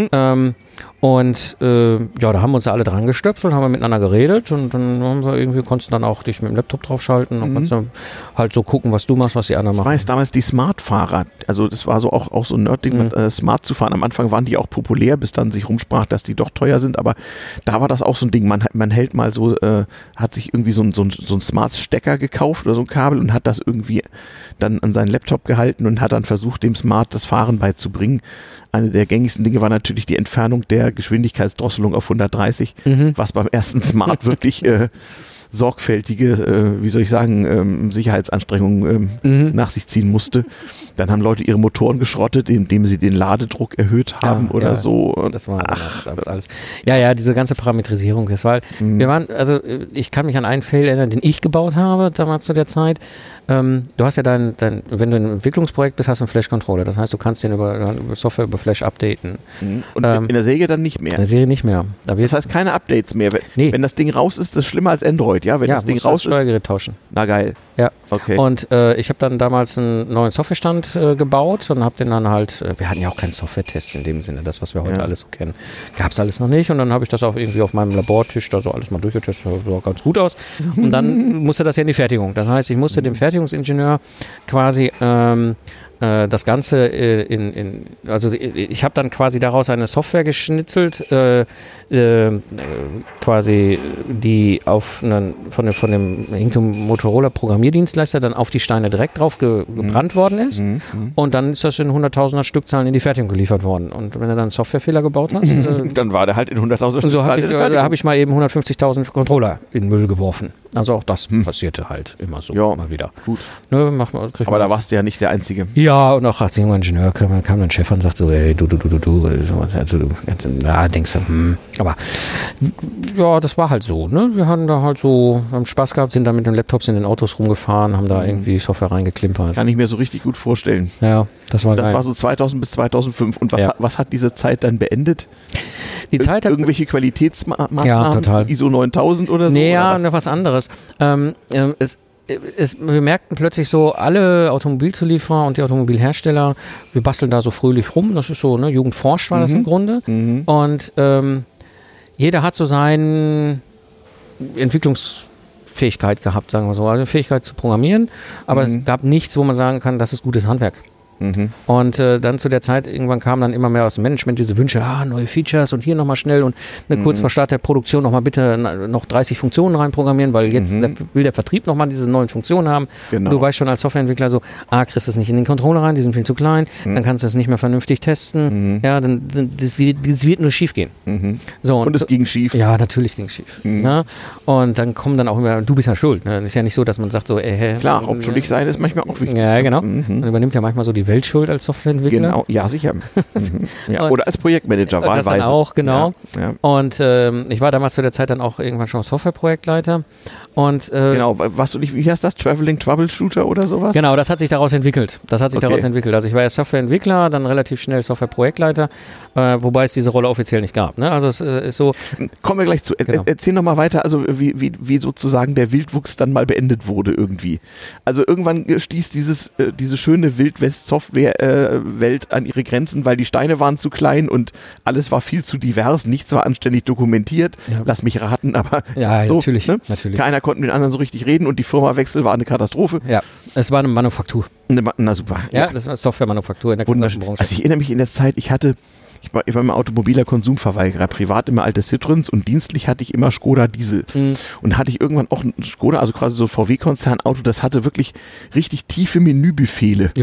Und da haben wir uns alle dran gestöpselt, haben wir miteinander geredet und dann haben wir konntest du dann auch dich mit dem Laptop draufschalten und konntest halt so gucken, was du machst, was die anderen machen. Ich weiß, damals die Smart-Fahrer, also das war so auch so ein Nerd-Ding mit Smart zu fahren. Am Anfang waren die auch populär, bis dann sich rumsprach, dass die doch teuer sind, aber da war das auch so ein Ding, man hält mal so, hat sich irgendwie so ein Smart-Stecker gekauft oder so ein Kabel und hat das irgendwie dann an seinen Laptop gehalten und hat dann versucht, dem Smart das Fahren beizubringen. Eine der gängigsten Dinge war natürlich die Entfernung der Geschwindigkeitsdrosselung auf 130, was beim ersten Smart wirklich sorgfältige, Sicherheitsanstrengungen nach sich ziehen musste. Dann haben Leute ihre Motoren geschrottet, indem sie den Ladedruck erhöht haben so. Das war alles. Ja, diese ganze Parametrisierung. Das war, ich kann mich an einen Fail erinnern, den ich gebaut habe damals zu der Zeit. Du hast ja wenn du in einem Entwicklungsprojekt bist, hast du einen Flash-Controller. Das heißt, du kannst den über Software über Flash updaten. Und in der Serie dann nicht mehr? In der Serie nicht mehr. Das heißt, keine Updates mehr. Wenn das Ding raus ist, ist das schlimmer als Android, ja? Wenn das Ding raus ist, Steuergerät tauschen. Na geil. Ja. Okay. Und ich habe dann damals einen neuen Softwarestand gebaut und habe den dann halt, wir hatten ja auch keinen Software-Test in dem Sinne, das, was wir heute alles so kennen, gab es alles noch nicht und dann habe ich das auch irgendwie auf meinem Labortisch da so alles mal durchgetestet, das sah ganz gut aus und dann musste das ja in die Fertigung. Das heißt, ich musste dem Fertigungsingenieur quasi das Ganze also ich habe dann quasi daraus eine Software geschnitzelt, quasi die von dem Motorola Programmierdienstleister dann auf die Steine direkt drauf gebrannt worden ist und dann ist das in 100.000er Stückzahlen in die Fertigung geliefert worden und wenn du dann einen Softwarefehler gebaut hast, dann war der halt in 100.000er Stückzahlen. So habe ich mal eben 150.000 Controller in den Müll geworfen. Also auch das passierte halt immer so, immer wieder. Gut. Ne, aber da warst du ja nicht der Einzige. Ja, und auch als junger Ingenieur kam dann Chef und sagt so, ey, du, also denkst du, aber ja, das war halt so, ne? Wir hatten da halt so, haben Spaß gehabt, sind da mit den Laptops in den Autos rumgefahren, haben da irgendwie Software reingeklimpert. Kann ich mir so richtig gut vorstellen. Ja, das war geil. Das war so 2000 bis 2005. Und was hat diese Zeit dann beendet? Die Zeit hat irgendwelche Qualitätsmaßnahmen? Ja, total. ISO 9000 oder so? Nee, ja, noch was anderes. Wir merkten plötzlich so, alle Automobilzulieferer und die Automobilhersteller, wir basteln da so fröhlich rum. Das ist so, ne, Jugend forscht war das im Grunde. Und jeder hat so seine Entwicklungsfähigkeit gehabt, sagen wir so. Also Fähigkeit zu programmieren. Aber es gab nichts, wo man sagen kann, das ist gutes Handwerk. Und dann zu der Zeit, irgendwann kamen dann immer mehr aus dem Management diese Wünsche, neue Features und hier nochmal schnell und kurz vor Start der Produktion nochmal bitte noch 30 Funktionen reinprogrammieren, weil jetzt will der Vertrieb nochmal diese neuen Funktionen haben. Genau. Du weißt schon als Softwareentwickler so, kriegst du es nicht in den Controller rein, die sind viel zu klein, dann kannst du es nicht mehr vernünftig testen, das wird nur schief gehen. So, und es ging schief. Ja, natürlich ging es schief. Ja? Und dann kommen dann auch immer, du bist ja schuld. Ne? Das ist ja nicht so, dass man sagt so, klar, hauptschuldig sein ist manchmal auch wichtig. Ja, genau. Man übernimmt ja manchmal so die Weltschuld als Softwareentwickler. Genau, ja, sicher. Ja, oder als Projektmanager wahlweise. Das dann auch, genau. Ja. Und ich war damals zu der Zeit dann auch irgendwann schon Softwareprojektleiter. Und, genau, warst du nicht, wie heißt das, Traveling Troubleshooter oder sowas? Genau, das hat sich daraus entwickelt. Also ich war ja Softwareentwickler, dann relativ schnell Softwareprojektleiter, wobei es diese Rolle offiziell nicht gab. Ne? Also es ist so... Kommen wir gleich zu. Genau. Erzähl nochmal weiter, also wie sozusagen der Wildwuchs dann mal beendet wurde irgendwie. Also irgendwann stieß diese schöne Wild-West-Software-Welt an ihre Grenzen, weil die Steine waren zu klein und alles war viel zu divers, nichts war anständig dokumentiert. Ja. Lass mich raten, aber ja, so, natürlich. Keiner konnte mit den anderen so richtig reden und die Firmawechsel war eine Katastrophe. Ja, es war eine Manufaktur. Na super. Ja, das war Softwaremanufaktur in der Kundenbranche. Also ich erinnere mich in der Zeit, ich war immer automobiler Konsumverweigerer, privat immer alte Citroëns und dienstlich hatte ich immer Skoda Diesel. Und hatte ich irgendwann auch ein Skoda, also quasi so VW-Konzernauto, das hatte wirklich richtig tiefe Menübefehle. Jo.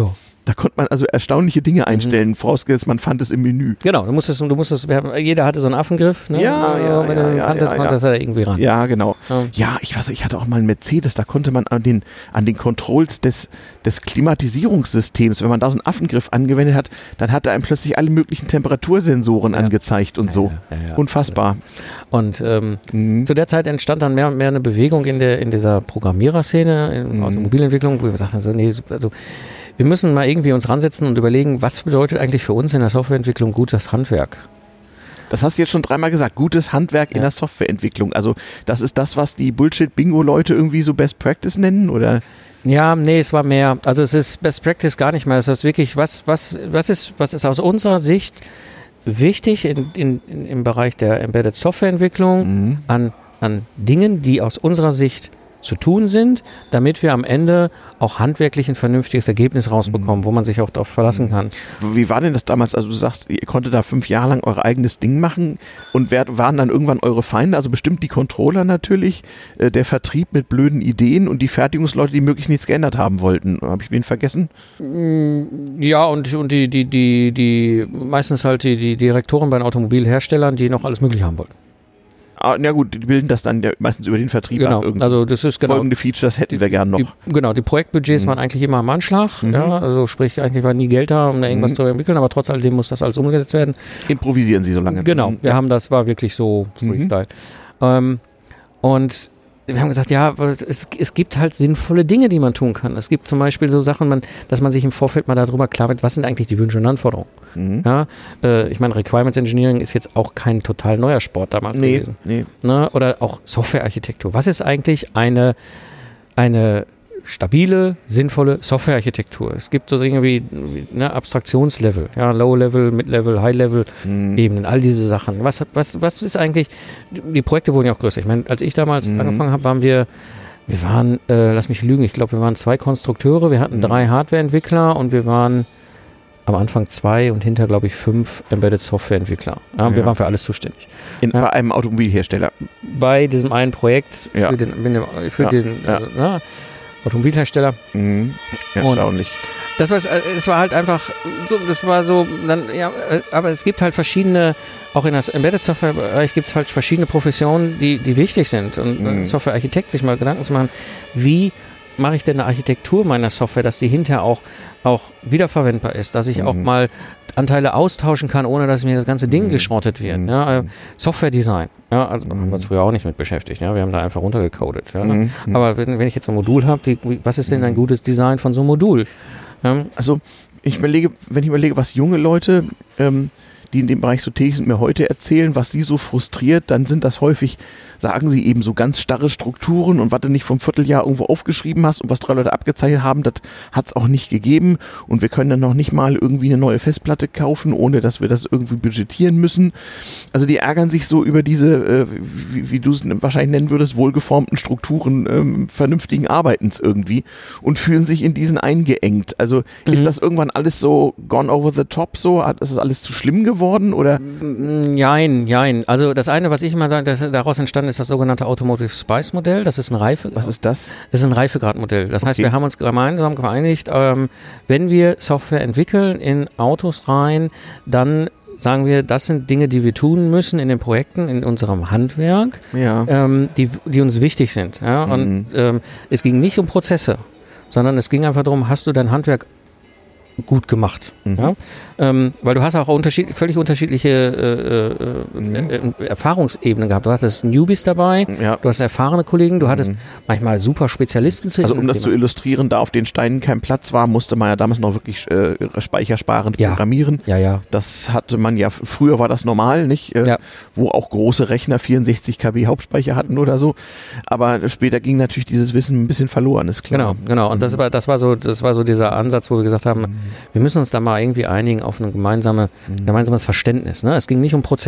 Da konnte man also erstaunliche Dinge einstellen, vorausgesetzt man fand es im Menü. Genau, jeder hatte so einen Affengriff, ne? Wenn du den kanntest, konntest du da irgendwie ran. Ja, genau. Ja, ich hatte auch mal einen Mercedes, da konnte man an den Controls des Klimatisierungssystems, wenn man da so einen Affengriff angewendet hat, dann hat er einem plötzlich alle möglichen Temperatursensoren angezeigt und so. Ja. Unfassbar. Und zu der Zeit entstand dann mehr und mehr eine Bewegung in dieser Programmiererszene, in Automobilentwicklung, wo wir gesagt haben, so, nee, also wir müssen mal irgendwie uns ransetzen und überlegen, was bedeutet eigentlich für uns in der Softwareentwicklung gutes Handwerk? Das hast du jetzt schon dreimal gesagt, gutes Handwerk in der Softwareentwicklung. Also das ist das, was die Bullshit-Bingo-Leute irgendwie so Best Practice nennen, oder? Ja, nee, es war mehr. Also es ist Best Practice gar nicht mehr. Es ist wirklich, was ist aus unserer Sicht wichtig im Bereich der Embedded Softwareentwicklung an Dingen, die aus unserer Sicht zu tun sind, damit wir am Ende auch handwerklich ein vernünftiges Ergebnis rausbekommen, wo man sich auch darauf verlassen kann. Wie war denn das damals? Also du sagst, ihr konntet da 5 Jahre lang euer eigenes Ding machen und waren dann irgendwann eure Feinde? Also bestimmt die Controller natürlich, der Vertrieb mit blöden Ideen und die Fertigungsleute, die möglichst nichts geändert haben wollten. Habe ich wen vergessen? Ja, und die meistens halt die Direktoren bei den Automobilherstellern, die noch alles Mögliche haben wollten. Ja gut, die bilden das dann meistens über den Vertrieb ab. Also das ist folgende Features hätten wir gern noch. Die Projektbudgets waren eigentlich immer am Anschlag. Ja, also sprich, eigentlich war nie Geld da, um da irgendwas zu entwickeln, aber trotz alledem muss das alles umgesetzt werden. Improvisieren Sie so lange. Genau, war wirklich so Freestyle. Und wir haben gesagt, ja, es gibt halt sinnvolle Dinge, die man tun kann. Es gibt zum Beispiel so Sachen, dass man sich im Vorfeld mal darüber klar wird, was sind eigentlich die Wünsche und Anforderungen. Ja, ich meine, Requirements Engineering ist jetzt auch kein total neuer Sport damals gewesen. Nee. Na, oder auch Softwarearchitektur. Was ist eigentlich eine stabile, sinnvolle Softwarearchitektur? Es gibt so Dinge wie Abstraktionslevel, Low-Level, Mid-Level, High-Level Ebenen, all diese Sachen. Was ist eigentlich, die Projekte wurden ja auch größer. Ich meine, als ich damals angefangen habe, waren wir waren, lass mich lügen, ich glaube, wir waren 2 Konstrukteure, wir hatten 3 Hardware-Entwickler und wir waren am Anfang 2 und hinter, glaube ich, 5 Embedded Software-Entwickler. Wir waren für alles zuständig. Bei einem Automobilhersteller? Bei diesem einen Projekt für den Automobilhersteller. Erstaunlich. Es war halt einfach so, aber es gibt halt verschiedene, auch in der Embedded Software-Bereich gibt es halt verschiedene Professionen, die wichtig sind. Und Softwarearchitekt sich mal Gedanken zu machen, wie mache ich denn eine Architektur meiner Software, dass die hinterher auch wiederverwendbar ist, dass ich auch mal Anteile austauschen kann, ohne dass mir das ganze Ding geschrottet wird. Ja, Software-Design, also haben wir uns früher auch nicht mit beschäftigt. Ja, wir haben da einfach runtergecodet. Ja. Aber wenn ich jetzt ein Modul habe, was ist denn ein gutes Design von so einem Modul? Ja. Also wenn ich überlege, was junge Leute, die in dem Bereich so tätig sind, mir heute erzählen, was sie so frustriert, dann sind das häufig, sagen sie eben so ganz starre Strukturen und was du nicht vom Vierteljahr irgendwo aufgeschrieben hast und was 3 Leute abgezeichnet haben, das hat es auch nicht gegeben und wir können dann noch nicht mal irgendwie eine neue Festplatte kaufen, ohne dass wir das irgendwie budgetieren müssen. Also die ärgern sich so über diese, wie du es wahrscheinlich nennen würdest, wohlgeformten Strukturen vernünftigen Arbeitens irgendwie und fühlen sich in diesen eingeengt. Also ist das irgendwann alles so gone over the top so? Ist das alles zu schlimm geworden? Oder? Jein. Also das eine, was ich immer daraus entstanden ist, das sogenannte Automotive Spice Modell. Das ist ein Was ist das? Das ist ein Reifegradmodell. Das heißt, wir haben uns gemeinsam geeinigt, wenn wir Software entwickeln in Autos rein, dann sagen wir, das sind Dinge, die wir tun müssen in den Projekten, in unserem Handwerk, die uns wichtig sind. Ja? Und es ging nicht um Prozesse, sondern es ging einfach darum, hast du dein Handwerk gut gemacht. Ja? Weil du hast auch völlig unterschiedliche Erfahrungsebenen gehabt. Du hattest Newbies dabei, du hast erfahrene Kollegen, du hattest manchmal super Spezialisten. Also um das zu illustrieren, da auf den Steinen kein Platz war, musste man ja damals noch wirklich speichersparend programmieren. Ja. Das hatte man ja, früher war das normal, nicht? Wo auch große Rechner 64 KB Hauptspeicher hatten oder so. Aber später ging natürlich dieses Wissen ein bisschen verloren, ist klar. Genau. Und das war so dieser Ansatz, wo wir gesagt haben, wir müssen uns da mal irgendwie einigen auf ein gemeinsames Verständnis. Ne? Es ging nicht um Prozesse.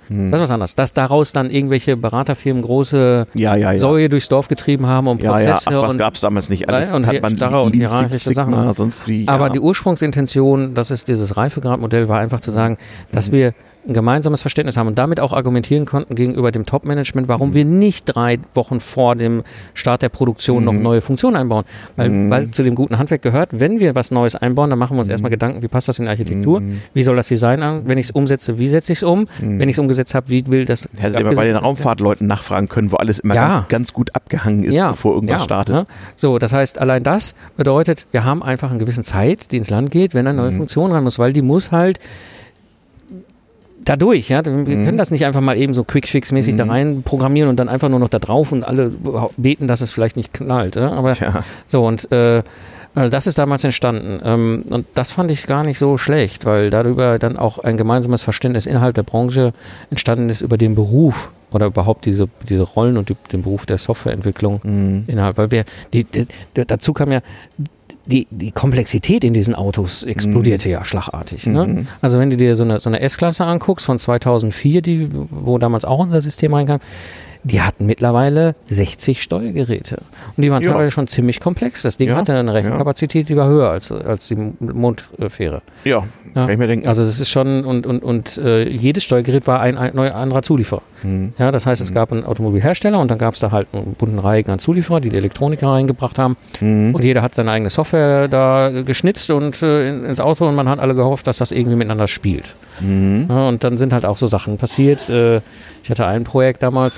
Das ist was anderes. Dass daraus dann irgendwelche Beraterfirmen große Säue durchs Dorf getrieben haben und Prozesse. Ach, was gab es damals nicht alles? Und hat man und hierarchische Sachen. Sonst wie, aber die Ursprungsintention, das ist dieses Reifegradmodell, war einfach zu sagen, dass wir ein gemeinsames Verständnis haben und damit auch argumentieren konnten gegenüber dem Top-Management, warum wir nicht 3 Wochen vor dem Start der Produktion noch neue Funktionen einbauen. Weil zu dem guten Handwerk gehört, wenn wir was Neues einbauen, dann machen wir uns erstmal Gedanken, wie passt das in die Architektur, wie soll das Design an, wenn ich es umsetze, wie setze ich es um, wenn ich es umgesetzt habe, wie will das... Hätte immer bei den Raumfahrtleuten nachfragen können, wo alles immer ganz gut abgehangen ist, bevor irgendwas startet. Ne? So, das heißt, allein das bedeutet, wir haben einfach eine gewisse Zeit, die ins Land geht, wenn eine neue Funktion rein muss, weil die muss halt dadurch, wir können das nicht einfach mal eben so Quick-Fix-mäßig da rein programmieren und dann einfach nur noch da drauf und alle beten, dass es vielleicht nicht knallt. Aber so, und das ist damals entstanden. Und das fand ich gar nicht so schlecht, weil darüber dann auch ein gemeinsames Verständnis innerhalb der Branche entstanden ist über den Beruf oder überhaupt diese Rollen und den Beruf der Softwareentwicklung innerhalb. Weil dazu kam ja die Komplexität in diesen Autos explodierte ja schlagartig. Ne? Also wenn du dir so eine S-Klasse anguckst von 2004, wo damals auch unser System reinkam, die hatten mittlerweile 60 Steuergeräte. Und die waren teilweise schon ziemlich komplex. Das Ding hatte eine Rechenkapazität, die war höher als die Mondfähre. Ja, kann ich mir denken. Also das ist schon, und jedes Steuergerät war ein anderer Zulieferer. Ja, das heißt, es gab einen Automobilhersteller und dann gab es da halt einen bunten Reigen an Zulieferer, die Elektronik reingebracht haben. Und jeder hat seine eigene Software da geschnitzt und ins Auto und man hat alle gehofft, dass das irgendwie miteinander spielt. Ja, und dann sind halt auch so Sachen passiert. Ich hatte ein Projekt damals,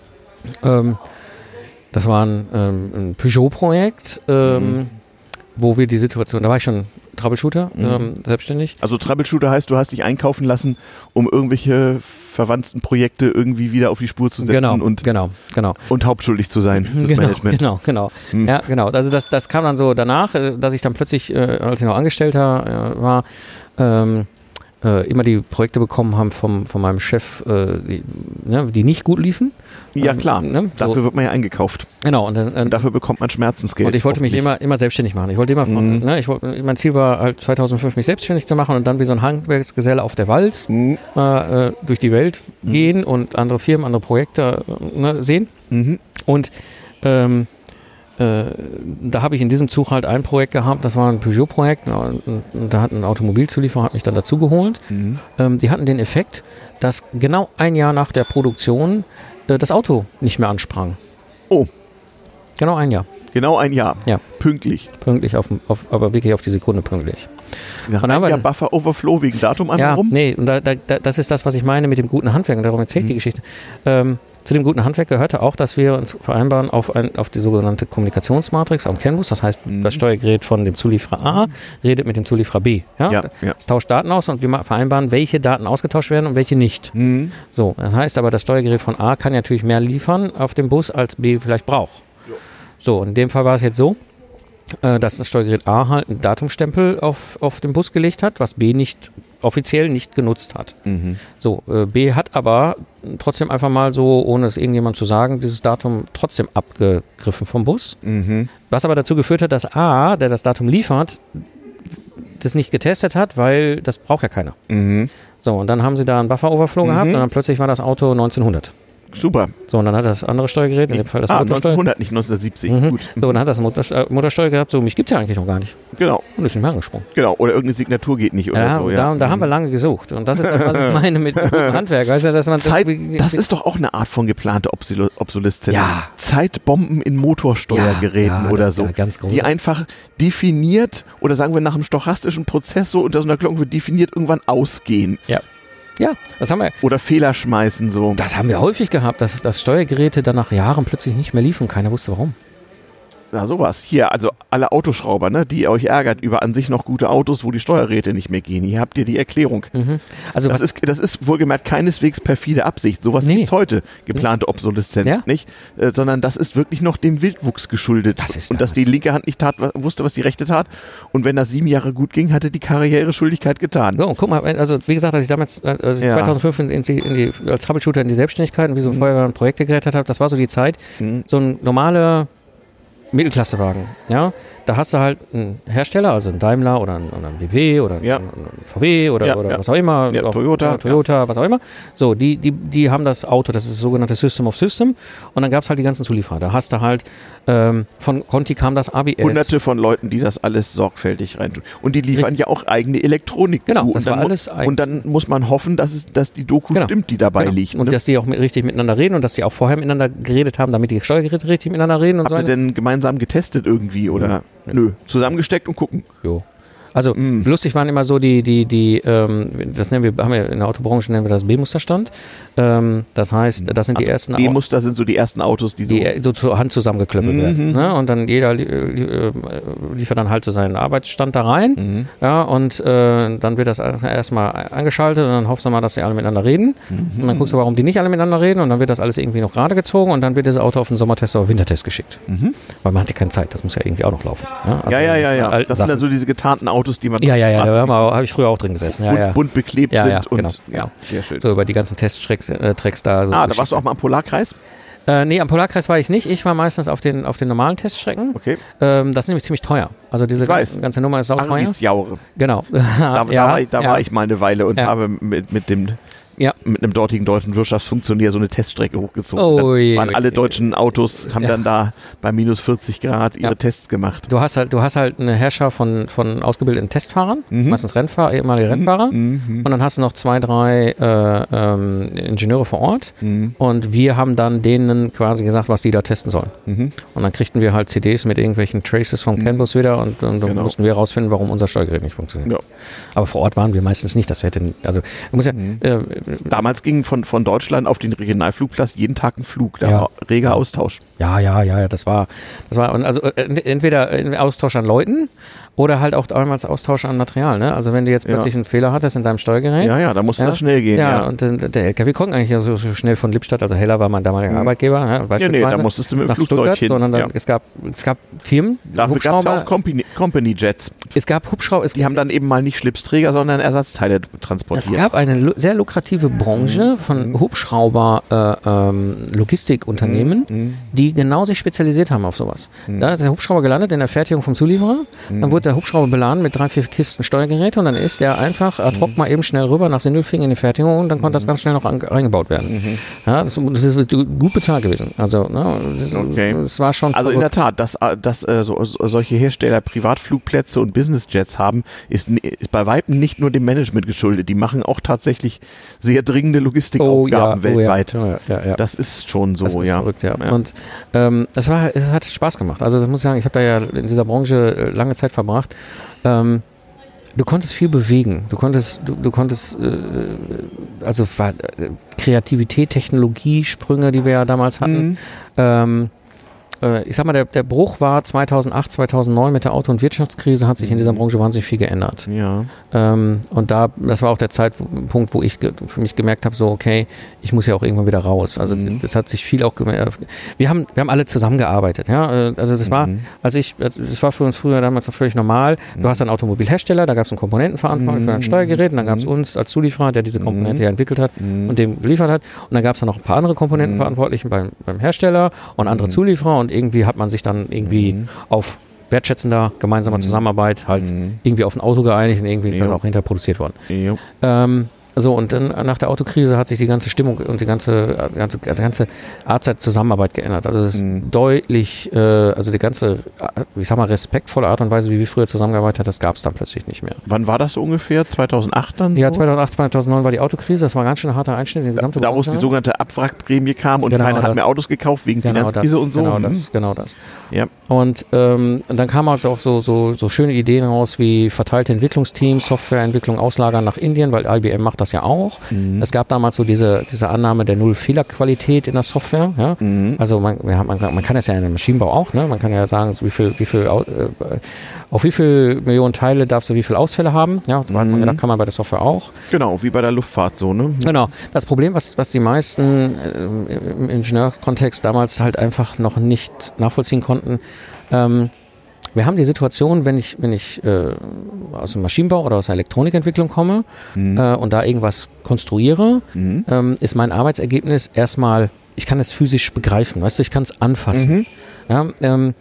das war ein Peugeot-Projekt, wo wir die Situation, da war ich schon Troubleshooter, selbstständig. Also Troubleshooter heißt, du hast dich einkaufen lassen, um irgendwelche verwandten Projekte irgendwie wieder auf die Spur zu setzen und hauptschuldig zu sein fürs Management. Genau. Ja, genau. Also das kam dann so danach, dass ich dann plötzlich, als ich noch Angestellter war, immer die Projekte bekommen haben von meinem Chef, die nicht gut liefen. Ja klar, dafür wird man ja eingekauft. Genau. Und dafür bekommt man Schmerzensgeld. Und ich wollte mich immer selbstständig machen. Ich wollte immer mein Ziel war halt 2005 mich selbstständig zu machen und dann wie so ein Handwerksgeselle auf der Walz durch die Welt gehen und andere Firmen, andere Projekte sehen. Und da habe ich in diesem Zug halt ein Projekt gehabt, das war ein Peugeot-Projekt und da hat ein Automobilzulieferer hat mich dann dazu geholt. Die hatten den Effekt, dass genau ein Jahr nach der Produktion das Auto nicht mehr ansprang. Oh. Genau ein Jahr. Genau ein Jahr. Ja. Pünktlich. Pünktlich, aber wirklich auf die Sekunde pünktlich. Nach einem Jahr Buffer Overflow wegen Datum anherum? Ja, nee, und das ist das, was ich meine mit dem guten Handwerk. Und darum erzählt die Geschichte. Zu dem guten Handwerk gehörte auch, dass wir uns vereinbaren auf die sogenannte Kommunikationsmatrix am CAN-Bus. Das heißt, das Steuergerät von dem Zulieferer A redet mit dem Zulieferer B. Es tauscht Daten aus und wir vereinbaren, welche Daten ausgetauscht werden und welche nicht. So, das heißt aber, das Steuergerät von A kann natürlich mehr liefern auf dem Bus, als B vielleicht braucht. So, in dem Fall war es jetzt so, dass das Steuergerät A halt einen Datumstempel auf den Bus gelegt hat, was B offiziell nicht genutzt hat. So, B hat aber trotzdem einfach mal so, ohne es irgendjemand zu sagen, dieses Datum trotzdem abgegriffen vom Bus. Was aber dazu geführt hat, dass A, der das Datum liefert, das nicht getestet hat, weil das braucht ja keiner. So, und dann haben sie da einen Buffer-Overflow gehabt und dann plötzlich war das Auto 1900. Super. So, und dann hat das andere Steuergerät, in dem Fall das Motorsteuer. 1900, nicht 1970. Gut. So, und dann hat das Motorsteuer gehabt, so, mich gibt es ja eigentlich noch gar nicht. Genau. Und ist nicht mehr angesprungen. Genau, oder irgendeine Signatur geht nicht oder so. Da haben wir lange gesucht. Und das ist das, was ich meine mit Handwerk. Weißt du, dass man das ist doch auch eine Art von geplanter Obsoleszenz. Ja. Zeitbomben in Motorsteuergeräten oder so. Ganz groß. Die einfach definiert, oder sagen wir nach einem stochastischen Prozess so unter so einer Glocke definiert irgendwann ausgehen. Ja, das haben wir. Oder Fehler schmeißen so. Das haben wir häufig gehabt, dass Steuergeräte dann nach Jahren plötzlich nicht mehr liefen. Keiner wusste warum. Na, sowas. Hier, also alle Autoschrauber, ne, die ihr euch ärgert über an sich noch gute Autos, wo die Steuerräte nicht mehr gehen. Hier habt ihr die Erklärung. Also das ist wohlgemerkt keineswegs perfide Absicht. Sowas gibt's heute. Geplante Obsoleszenz, nicht? Sondern das ist wirklich noch dem Wildwuchs geschuldet. Und dass die linke Hand nicht wusste, was die rechte tat. Und wenn das 7 Jahre gut ging, hatte die Karriereschuldigkeit getan. So, guck mal, also wie gesagt, als ich damals 2005 als Troubleshooter in die Selbstständigkeit und wie so ein Feuerwehr Projekte gerettet habe, das war so die Zeit, so ein normaler Mittelklassewagen, da hast du halt einen Hersteller, also einen Daimler oder einen BMW oder einen VW oder was auch immer, Toyota, was auch immer. So, die haben das Auto, das ist das sogenannte System of System, und dann gab es halt die ganzen Zulieferer. Da hast du halt, von Conti kam das ABS. Hunderte von Leuten, die das alles sorgfältig reintun. Und die liefern ja auch eigene Elektronik zu. Das war alles und dann muss man hoffen, dass die Doku stimmt, die dabei liegt. Und dass die auch richtig miteinander reden und dass die auch vorher miteinander geredet haben, damit die Steuergeräte richtig miteinander reden. Habt ihr denn gemeinsam getestet irgendwie oder nö, zusammengesteckt und gucken? Jo. Also lustig waren immer so das nennen wir, haben wir in der Autobranche nennen wir das B-Musterstand. Das heißt, das sind die ersten B-Muster sind so die ersten Autos, die so zur Hand zusammengeklöppelt werden. Ne? Und dann jeder liefert dann halt so seinen Arbeitsstand da rein. Ja, und dann wird das erstmal angeschaltet und dann hoffst du mal, dass sie alle miteinander reden. Und dann guckst du, warum die nicht alle miteinander reden, und dann wird das alles irgendwie noch gerade gezogen und dann wird das Auto auf den Sommertest oder Wintertest geschickt. Weil man hat ja keine Zeit, das muss ja irgendwie auch noch laufen. Ja, also ja. Das sind dann so diese getarnten Autos, die man da habe ich früher auch drin gesessen. Bunt beklebt sind. Genau. Sehr schön. So über die ganzen Testtracks da. So da warst du auch mal am Polarkreis? Nee, am Polarkreis war ich nicht. Ich war meistens auf den normalen Teststrecken. Okay. Das ist nämlich ziemlich teuer. Also diese ganze Nummer ist sauteuer. Genau. Da war ich mal eine Weile und habe mit einem dortigen deutschen Wirtschaftsfunktionär so eine Teststrecke hochgezogen. Alle deutschen Autos haben dann da bei minus 40 Grad ihre Tests gemacht. Du hast halt eine Herrscher von ausgebildeten Testfahrern, meistens ehemalige Rennfahrer, und dann hast du noch 2, 3 Ingenieure vor Ort, und wir haben dann denen quasi gesagt, was die da testen sollen. Und dann kriegten wir halt CDs mit irgendwelchen Traces vom CAN-Bus wieder, und dann mussten wir herausfinden, warum unser Steuergerät nicht funktioniert. Ja. Aber vor Ort waren wir meistens nicht. Das wäre damals ging von Deutschland auf den Regionalflugplatz jeden Tag ein Flug, da war reger Austausch. Ja, das war also entweder Austausch an Leuten oder halt auch damals Austausch an Material, ne? Also wenn du jetzt plötzlich einen Fehler hattest in deinem Steuergerät. Da musste das schnell gehen. Und der LKW konnte eigentlich so schnell von Lippstadt, also Heller war mein damaliger Arbeitgeber, ne? Da musstest du mit dem Flugzeug hin. Sondern es gab Firmen, dafür gab es ja auch Company Jets. Es gab Hubschrauber. Die haben dann eben mal nicht Schlipsträger, sondern Ersatzteile transportiert. Es gab eine sehr lukrative Branche von Hubschrauber-Logistikunternehmen, die genau sich spezialisiert haben auf sowas. Da ist der Hubschrauber gelandet in der Fertigung vom Zulieferer, dann wurde der Hubschrauber beladen mit 3, 4 Kisten Steuergeräte, und dann ist der einfach ad hoc mal eben schnell rüber nach Sindelfingen in die Fertigung, und dann konnte das ganz schnell noch eingebaut werden. Ja, das ist gut bezahlt gewesen. Also, das war schon verrückt. In der Tat, dass solche Hersteller Privatflugplätze und Businessjets haben, ist bei Weitem nicht nur dem Management geschuldet. Die machen auch tatsächlich sehr dringende Logistikaufgaben weltweit. Ja. Das ist schon so, das ist verrückt, ja. Und es hat Spaß gemacht. Also das muss ich sagen, ich habe da ja in dieser Branche lange Zeit verbracht. Du konntest viel bewegen. Du konntest Kreativität, Technologiesprünge, die wir ja damals hatten. Ich sag mal, der Bruch war 2008, 2009 mit der Auto- und Wirtschaftskrise, hat sich in dieser Branche wahnsinnig viel geändert. Ja. Und das war auch der Zeitpunkt, wo ich für mich gemerkt habe, so okay, ich muss ja auch irgendwann wieder raus. Also das hat sich viel auch gemerkt. Wir haben alle zusammengearbeitet. Ja? Also das war, das war für uns früher damals noch völlig normal. Du hast einen Automobilhersteller, da gab es einen Komponentenverantwortlichen für ein Steuergerät, und dann gab es uns als Zulieferer, der diese Komponente ja entwickelt hat und dem geliefert hat. Und dann gab es dann noch ein paar andere Komponentenverantwortlichen beim Hersteller und andere Zulieferer, und irgendwie hat man sich dann irgendwie auf wertschätzender gemeinsamer Zusammenarbeit halt irgendwie auf ein Auto geeinigt, und irgendwie ist das auch hinterher produziert worden. So, und dann nach der Autokrise hat sich die ganze Stimmung und die ganze Art der Zusammenarbeit geändert. Also es ist deutlich, also die ganze, ich sag mal, respektvolle Art und Weise, wie wir früher zusammengearbeitet haben, das gab es dann plötzlich nicht mehr. Wann war das so ungefähr? 2008 dann? Ja, 2008, 2009 war die Autokrise. Das war ganz schön ein harter Einschnitt in die gesamte Branche. Da, wo es die sogenannte Abwrackprämie kam und keiner hat mehr Autos gekauft wegen Finanzkrise und so. Genau das. Ja. Und dann kamen also auch so schöne Ideen raus wie verteilte Entwicklungsteams, Softwareentwicklung auslagern nach Indien, weil IBM macht das ja auch. Es gab damals so diese Annahme der Null-Fehlerqualität in der Software. Ja? Also man kann es ja in einem Maschinenbau auch, ne? Man kann ja sagen, auf wie viel Millionen Teile darfst du wie viele Ausfälle haben. Ja, so hat man gedacht, kann man bei der Software auch. Genau, wie bei der Luftfahrt so, ne? Genau. Das Problem, was die meisten im Ingenieurkontext damals halt einfach noch nicht nachvollziehen konnten, wir haben die Situation, wenn ich aus dem Maschinenbau oder aus der Elektronikentwicklung komme und da irgendwas konstruiere, ist mein Arbeitsergebnis erstmal, ich kann es physisch begreifen, weißt du, ich kann es anfassen. Ja,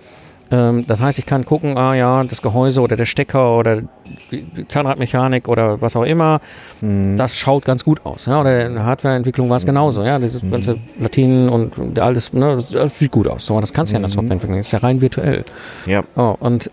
Das heißt, ich kann gucken, das Gehäuse oder der Stecker oder die Zahnradmechanik oder was auch immer, das schaut ganz gut aus. Ja? Oder in der Hardwareentwicklung war es genauso. Ja? Das ganze Latinen und alles, ne, das sieht gut aus. So, das kannst du ja in der Softwareentwicklung, das ist ja rein virtuell. Ja. Und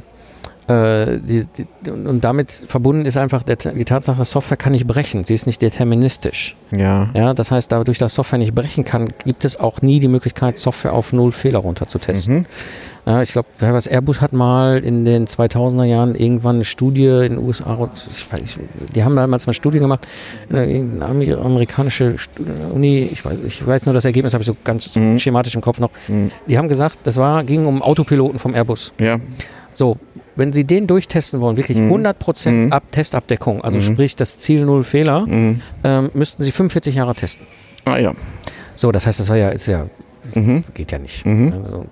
damit verbunden ist einfach die Tatsache, Software kann nicht brechen, sie ist nicht deterministisch. Ja, das heißt, dadurch, dass Software nicht brechen kann, gibt es auch nie die Möglichkeit, Software auf 0 Fehler runterzutesten. Ja, ich glaube, Airbus hat mal in den 2000er Jahren irgendwann eine Studie in den USA, die haben damals mal eine Studie gemacht, eine amerikanische Uni, ich weiß nur das Ergebnis, habe ich so ganz schematisch im Kopf noch. Die haben gesagt, ging um Autopiloten vom Airbus. Ja. So, wenn Sie den durchtesten wollen, wirklich 100% Testabdeckung, also sprich das Ziel 0 Fehler, müssten Sie 45 Jahre testen. Ah ja. So, das heißt, geht ja nicht. Also,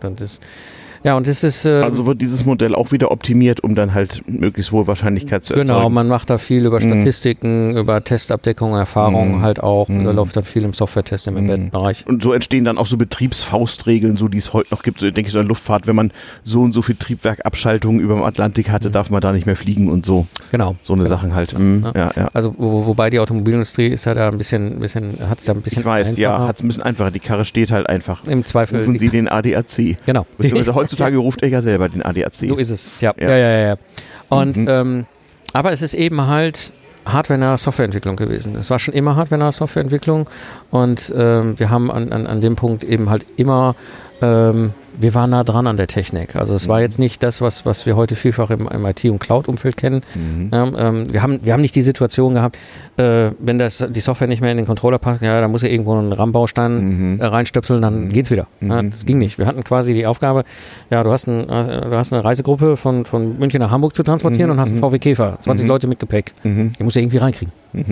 also wird dieses Modell auch wieder optimiert, um dann halt möglichst hohe Wahrscheinlichkeit zu erzeugen. Genau, man macht da viel über Statistiken, über Testabdeckung, Erfahrungen halt auch. Da läuft dann viel im Software-Test im Embedded-Bereich. Und so entstehen dann auch so Betriebsfaustregeln, so die es heute noch gibt. So, denke ich, so in Luftfahrt, wenn man so und so viel Triebwerkabschaltungen über dem Atlantik hatte, darf man da nicht mehr fliegen und so. Genau. So eine Sachen halt. Ja. Also wobei die Automobilindustrie ist ja da ein bisschen hat es da ein bisschen Ich weiß, einfacher. hat es ein bisschen einfacher. Die Karre steht halt einfach. Im Zweifel. Rufen Sie den ADAC. Genau. Beziehungsweise heutzutage ruft er ja selber den ADAC. So ist es. Ja. Und aber es ist eben halt hardwarenahe Softwareentwicklung gewesen. Es war schon immer hardwarenahe Softwareentwicklung und wir haben an dem Punkt eben halt immer wir waren nah dran an der Technik. Also es war jetzt nicht das, was wir heute vielfach im IT- und Cloud-Umfeld kennen. Wir haben nicht die Situation gehabt, wenn die Software nicht mehr in den Controller passt, da muss ja irgendwo ein RAM-Baustein reinstöpseln, dann geht's wieder. Ja, das ging nicht. Wir hatten quasi die Aufgabe, du hast eine Reisegruppe von München nach Hamburg zu transportieren und hast einen VW Käfer, 20 Leute mit Gepäck. Die musst du irgendwie reinkriegen.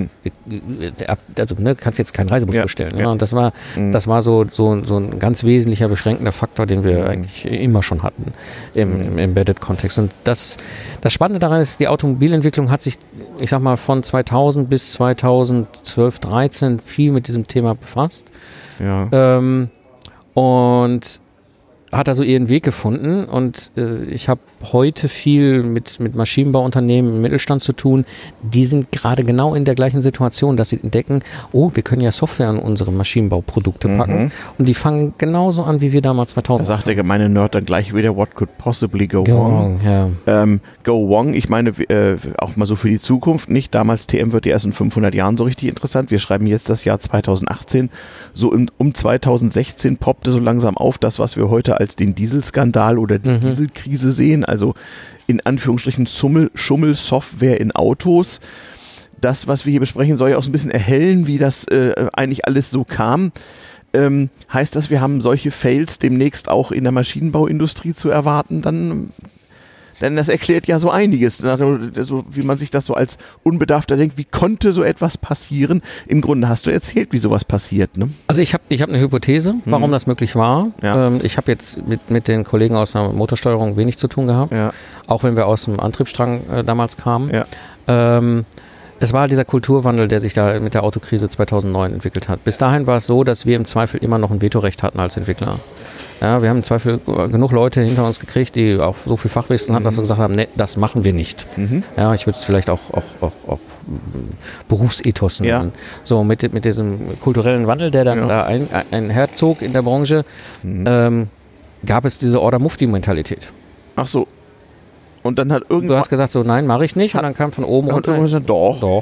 Kannst jetzt keinen Reisebus bestellen. Ja. Und das war so ein ganz wesentlicher beschränkender Faktor, den wir eigentlich immer schon hatten im Embedded-Kontext. Und das Spannende daran ist, die Automobilentwicklung hat sich, ich sag mal, von 2000 bis 2012, 13 viel mit diesem Thema befasst. Ja. Und hat also ihren Weg gefunden und ich habe heute viel mit Maschinenbauunternehmen im Mittelstand zu tun. Die sind gerade genau in der gleichen Situation, dass sie entdecken, wir können ja Software in unsere Maschinenbauprodukte packen und die fangen genauso an, wie wir damals 2000. Da sagt der gemeine Nerd dann gleich wieder, what could possibly go wrong? Ja. Go wrong, ich meine auch mal so für die Zukunft, nicht? Damals TM wird ja erst in 500 Jahren so richtig interessant. Wir schreiben jetzt das Jahr 2018. So um 2016 poppte so langsam auf, das, was wir heute als den Dieselskandal oder die Dieselkrise sehen, also in Anführungsstrichen Schummelsoftware in Autos. Das, was wir hier besprechen, soll ja auch so ein bisschen erhellen, wie das eigentlich alles so kam. Heißt das, wir haben solche Fails demnächst auch in der Maschinenbauindustrie zu erwarten? Denn das erklärt ja so einiges, so wie man sich das so als Unbedarfter denkt, wie konnte so etwas passieren? Im Grunde hast du erzählt, wie sowas passiert, ne? Also ich hab eine Hypothese, warum das möglich war. Ja. Ich habe jetzt mit den Kollegen aus der Motorsteuerung wenig zu tun gehabt, auch wenn wir aus dem Antriebsstrang damals kamen. Ja. Es war dieser Kulturwandel, der sich da mit der Autokrise 2009 entwickelt hat. Bis dahin war es so, dass wir im Zweifel immer noch ein Vetorecht hatten als Entwickler. Ja, wir haben im Zweifel genug Leute hinter uns gekriegt, die auch so viel Fachwissen hatten, dass wir gesagt haben, nee, das machen wir nicht. Ja, ich würde es vielleicht auch Berufsethos nennen. Ja. So mit diesem kulturellen Wandel, der dann da einherzog in der Branche, gab es diese Order-Mufti-Mentalität. Ach so. Und dann hat irgendwann... Du hast gesagt, so nein, mache ich nicht. Und dann kam von oben runter... Gesagt, doch.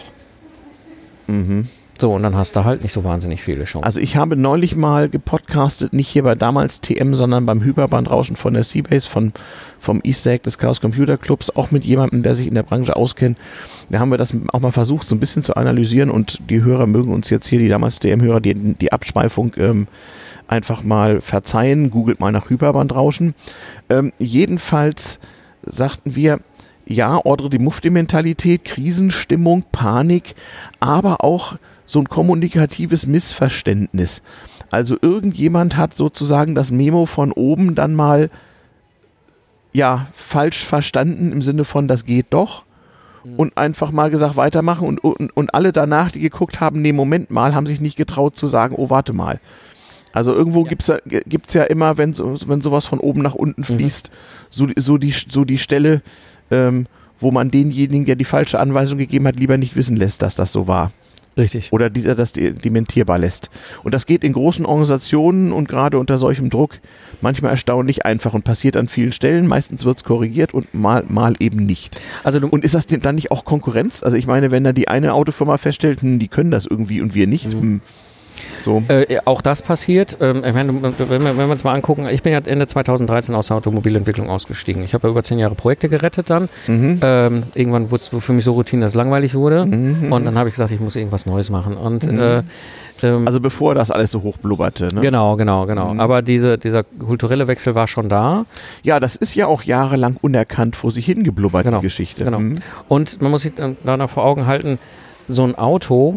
So, und dann hast du halt nicht so wahnsinnig viele schon. Also ich habe neulich mal gepodcastet, nicht hier bei damals TM, sondern beim Hyperbandrauschen von der Seabase, vom Easter Egg des Chaos Computer Clubs, auch mit jemandem, der sich in der Branche auskennt. Da haben wir das auch mal versucht, so ein bisschen zu analysieren und die Hörer mögen uns jetzt hier, die damals TM-Hörer, die Abschweifung einfach mal verzeihen. Googelt mal nach Hyperbandrauschen. Jedenfalls sagten wir, ja, Ordre die Mufti-Mentalität, Krisenstimmung, Panik, aber auch so ein kommunikatives Missverständnis. Also irgendjemand hat sozusagen das Memo von oben dann mal falsch verstanden im Sinne von, das geht doch und einfach mal gesagt, weitermachen und alle danach, die geguckt haben, nee, Moment mal, haben sich nicht getraut zu sagen, oh, warte mal. Also irgendwo gibt's ja immer, wenn sowas von oben nach unten fließt, so die Stelle, wo man denjenigen, der die falsche Anweisung gegeben hat, lieber nicht wissen lässt, dass das so war. Richtig. Oder das dementierbar lässt. Und das geht in großen Organisationen und gerade unter solchem Druck manchmal erstaunlich einfach und passiert an vielen Stellen. Meistens wird es korrigiert und mal eben nicht. Und ist das denn dann nicht auch Konkurrenz? Also ich meine, wenn da die eine Autofirma feststellt, die können das irgendwie und wir nicht. So. Auch das passiert. Ich meine, wenn wir uns mal angucken, ich bin ja Ende 2013 aus der Automobilentwicklung ausgestiegen. Ich habe ja über 10 Jahre Projekte gerettet dann. Irgendwann wurde es für mich so Routine, dass es langweilig wurde. Und dann habe ich gesagt, ich muss irgendwas Neues machen. Und, also bevor das alles so hoch blubberte. Ne? Genau. Aber dieser kulturelle Wechsel war schon da. Ja, das ist ja auch jahrelang unerkannt vor sich hingeblubbert, die Geschichte. Genau. Und man muss sich dann danach vor Augen halten, so ein Auto,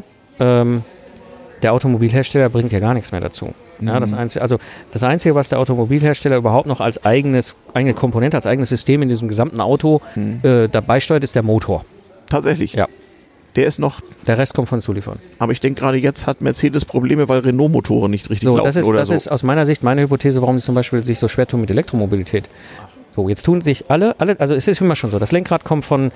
der Automobilhersteller bringt ja gar nichts mehr dazu. Ja, das Einzige, was der Automobilhersteller überhaupt noch als eigene Komponente, als eigenes System in diesem gesamten Auto dabei steuert, ist der Motor. Tatsächlich? Ja. Der ist noch... Der Rest kommt von Zulieferern. Aber ich denke gerade jetzt hat Mercedes Probleme, weil Renault-Motoren nicht richtig laufen das ist aus meiner Sicht meine Hypothese, warum sie zum Beispiel sich so schwer tun mit Elektromobilität. So, jetzt tun sich alle, also es ist immer schon so, das Lenkrad kommt von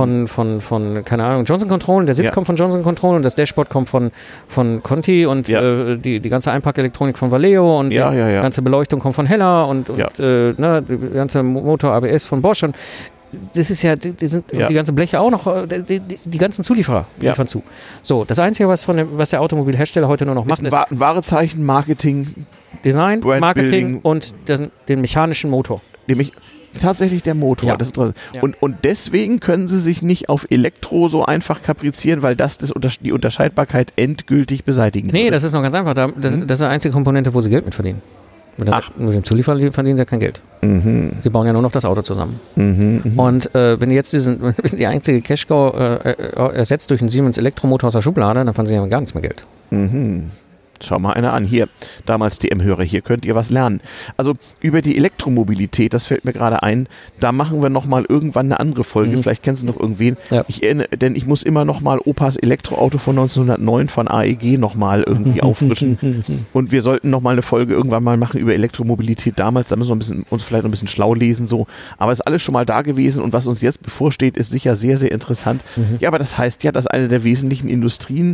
keine Ahnung, Johnson Control, der Sitz kommt von Johnson Control und das Dashboard kommt von Conti und die ganze Einpackelektronik von Valeo und die ganze Beleuchtung kommt von Hella und die ganze Motor ABS von Bosch und das ist die ganzen Bleche auch noch, die ganzen Zulieferer liefern zu. So, das Einzige, was der Automobilhersteller heute nur noch macht, ist ein Warezeichen, Marketing, Design, Marketing und den mechanischen Motor. Tatsächlich der Motor. Ja. Das ist interessant. Ja. Und deswegen können sie sich nicht auf Elektro so einfach kaprizieren, weil das die Unterscheidbarkeit endgültig beseitigen würde. Nee, das ist noch ganz einfach. Das ist die einzige Komponente, wo sie Geld mit verdienen. Mit dem Zulieferer verdienen sie ja kein Geld. Sie bauen ja nur noch das Auto zusammen. Und wenn jetzt die einzige Cash-Cow ersetzt durch einen Siemens Elektromotor aus der Schublade, dann verdienen sie ja gar nichts mehr Geld. Schau mal einer an. Hier, damals DM-Hörer, hier könnt ihr was lernen. Also über die Elektromobilität, das fällt mir gerade ein, da machen wir nochmal irgendwann eine andere Folge. Vielleicht kennst du noch irgendwen. Ja. Denn ich muss immer nochmal Opas Elektroauto von 1909 von AEG nochmal irgendwie auffrischen. Und wir sollten nochmal eine Folge irgendwann mal machen über Elektromobilität damals. Da müssen wir uns vielleicht ein bisschen schlau lesen. So. Aber es ist alles schon mal da gewesen und was uns jetzt bevorsteht, ist sicher sehr, sehr interessant. Ja, aber das heißt ja, dass eine der wesentlichen Industrien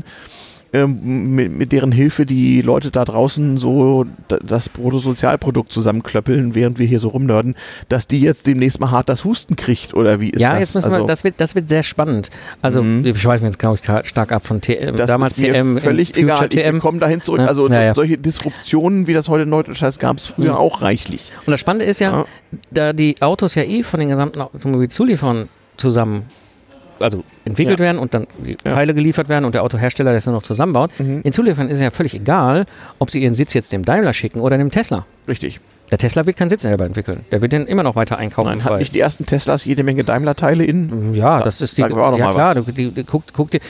mit deren Hilfe die Leute da draußen so das Bruttosozialprodukt zusammenklöppeln, während wir hier so rumnörden, dass die jetzt demnächst mal hart das Husten kriegt, oder wie ist das? Ja, jetzt müssen wir, das wird sehr spannend. Also wir schweifen jetzt, glaube ich, stark ab von TM. Das damals ist mir TM, völlig egal, wir kommen dahin zurück. Ja, also solche Disruptionen, wie das heute in Neudeutsch heißt, gab es früher auch reichlich. Und das Spannende ist ja, da die Autos ja von den gesamten Automobilzulieferern zusammen entwickelt werden und dann die Teile geliefert werden und der Autohersteller das nur noch zusammenbaut. Den Zulieferern ist es ja völlig egal, ob sie ihren Sitz jetzt dem Daimler schicken oder dem Tesla. Richtig. Der Tesla wird keinen Sitz selber entwickeln. Der wird den immer noch weiter einkaufen. Nein, hat nicht die ersten Teslas jede Menge Daimler-Teile in? Ja, das ist die. Ja klar, guck dir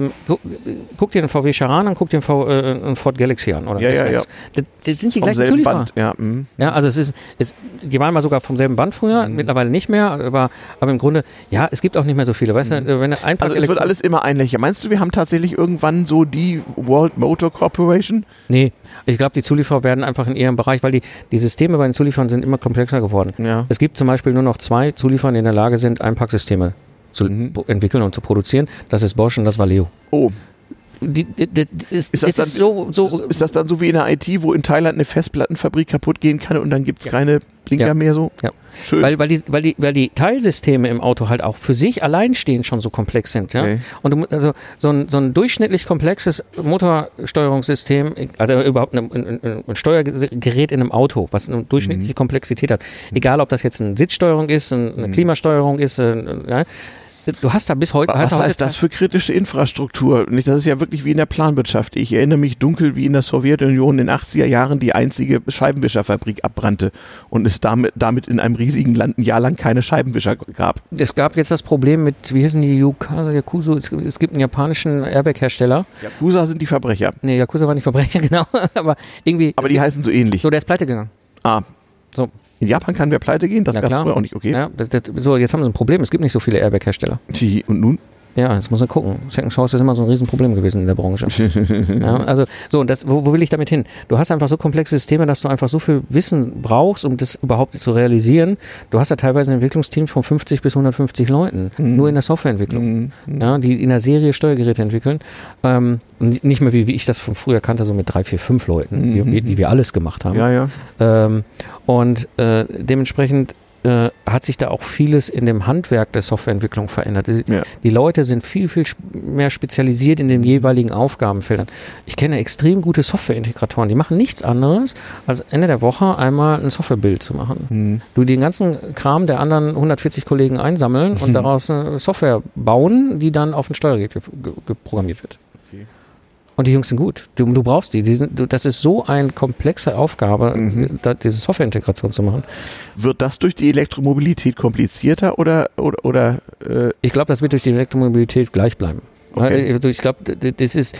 den VW Charan an, guck dir einen Ford Galaxy an. Oder ja. Das sind die gleichen Zulieferer. Ja, also die waren mal sogar vom selben Band früher, mittlerweile nicht mehr, aber im Grunde, ja, es gibt auch nicht mehr so viele. Weißt du, wenn also es wird alles immer einheitlicher. Meinst du, wir haben tatsächlich irgendwann so die World Motor Corporation? Nee, ich glaube, die Zulieferer werden einfach in ihrem Bereich, weil die Systeme bei den Zulieferern sind immer komplexer geworden. Ja. Es gibt zum Beispiel nur noch 2 Zulieferer, die in der Lage sind, Einpacksysteme zu entwickeln und zu produzieren. Das ist Bosch und das Valeo. Oh. Ist das dann so wie in der IT, wo in Thailand eine Festplattenfabrik kaputt gehen kann und dann gibt es keine Blinker mehr so? Ja. Schön. Weil die Teilsysteme im Auto halt auch für sich alleinstehend schon so komplex sind. Ja? Okay. Und also so ein durchschnittlich komplexes Motorsteuerungssystem, also überhaupt ein Steuergerät in einem Auto, was eine durchschnittliche Komplexität hat, egal ob das jetzt eine Sitzsteuerung ist, eine Klimasteuerung ist, du hast da bis heute... Was heißt das für kritische Infrastruktur? Das ist ja wirklich wie in der Planwirtschaft. Ich erinnere mich dunkel, wie in der Sowjetunion in den 80er Jahren die einzige Scheibenwischerfabrik abbrannte und es damit in einem riesigen Land ein Jahr lang keine Scheibenwischer gab. Es gab jetzt das Problem mit, wie heißen die, Yakuza, es gibt einen japanischen Airbag-Hersteller. Yakuza sind die Verbrecher. Nee, Yakuza waren die Verbrecher, genau. Aber die heißen so ähnlich. So, der ist pleite gegangen. So. In Japan kann wer pleite gehen, das gab es früher auch nicht, okay. Ja, so, jetzt haben sie ein Problem, es gibt nicht so viele Airbag-Hersteller. Und nun? Ja, jetzt muss man gucken. Second Source ist immer so ein Riesenproblem gewesen in der Branche. Ja, also, so, und das, wo will ich damit hin? Du hast einfach so komplexe Systeme, dass du einfach so viel Wissen brauchst, um das überhaupt zu realisieren. Du hast ja teilweise ein Entwicklungsteam von 50 bis 150 Leuten, nur in der Softwareentwicklung, ja, die in der Serie Steuergeräte entwickeln. Nicht mehr wie ich das von früher kannte, so mit 3, 4, 5 Leuten, die wir alles gemacht haben. Ja, ja. Und dementsprechend hat sich da auch vieles in dem Handwerk der Softwareentwicklung verändert. Die Leute sind viel, viel mehr spezialisiert in den jeweiligen Aufgabenfeldern. Ich kenne extrem gute Softwareintegratoren, die machen nichts anderes, als Ende der Woche einmal ein Softwarebild zu machen. Du den ganzen Kram der anderen 140 Kollegen einsammeln und daraus eine Software bauen, die dann auf ein Steuergerät programmiert wird. Und die Jungs sind gut. Du brauchst die. Das ist so eine komplexe Aufgabe, diese Softwareintegration zu machen. Wird das durch die Elektromobilität komplizierter oder Ich glaube, das wird durch die Elektromobilität gleich bleiben. Okay. Also ich glaube, das ist,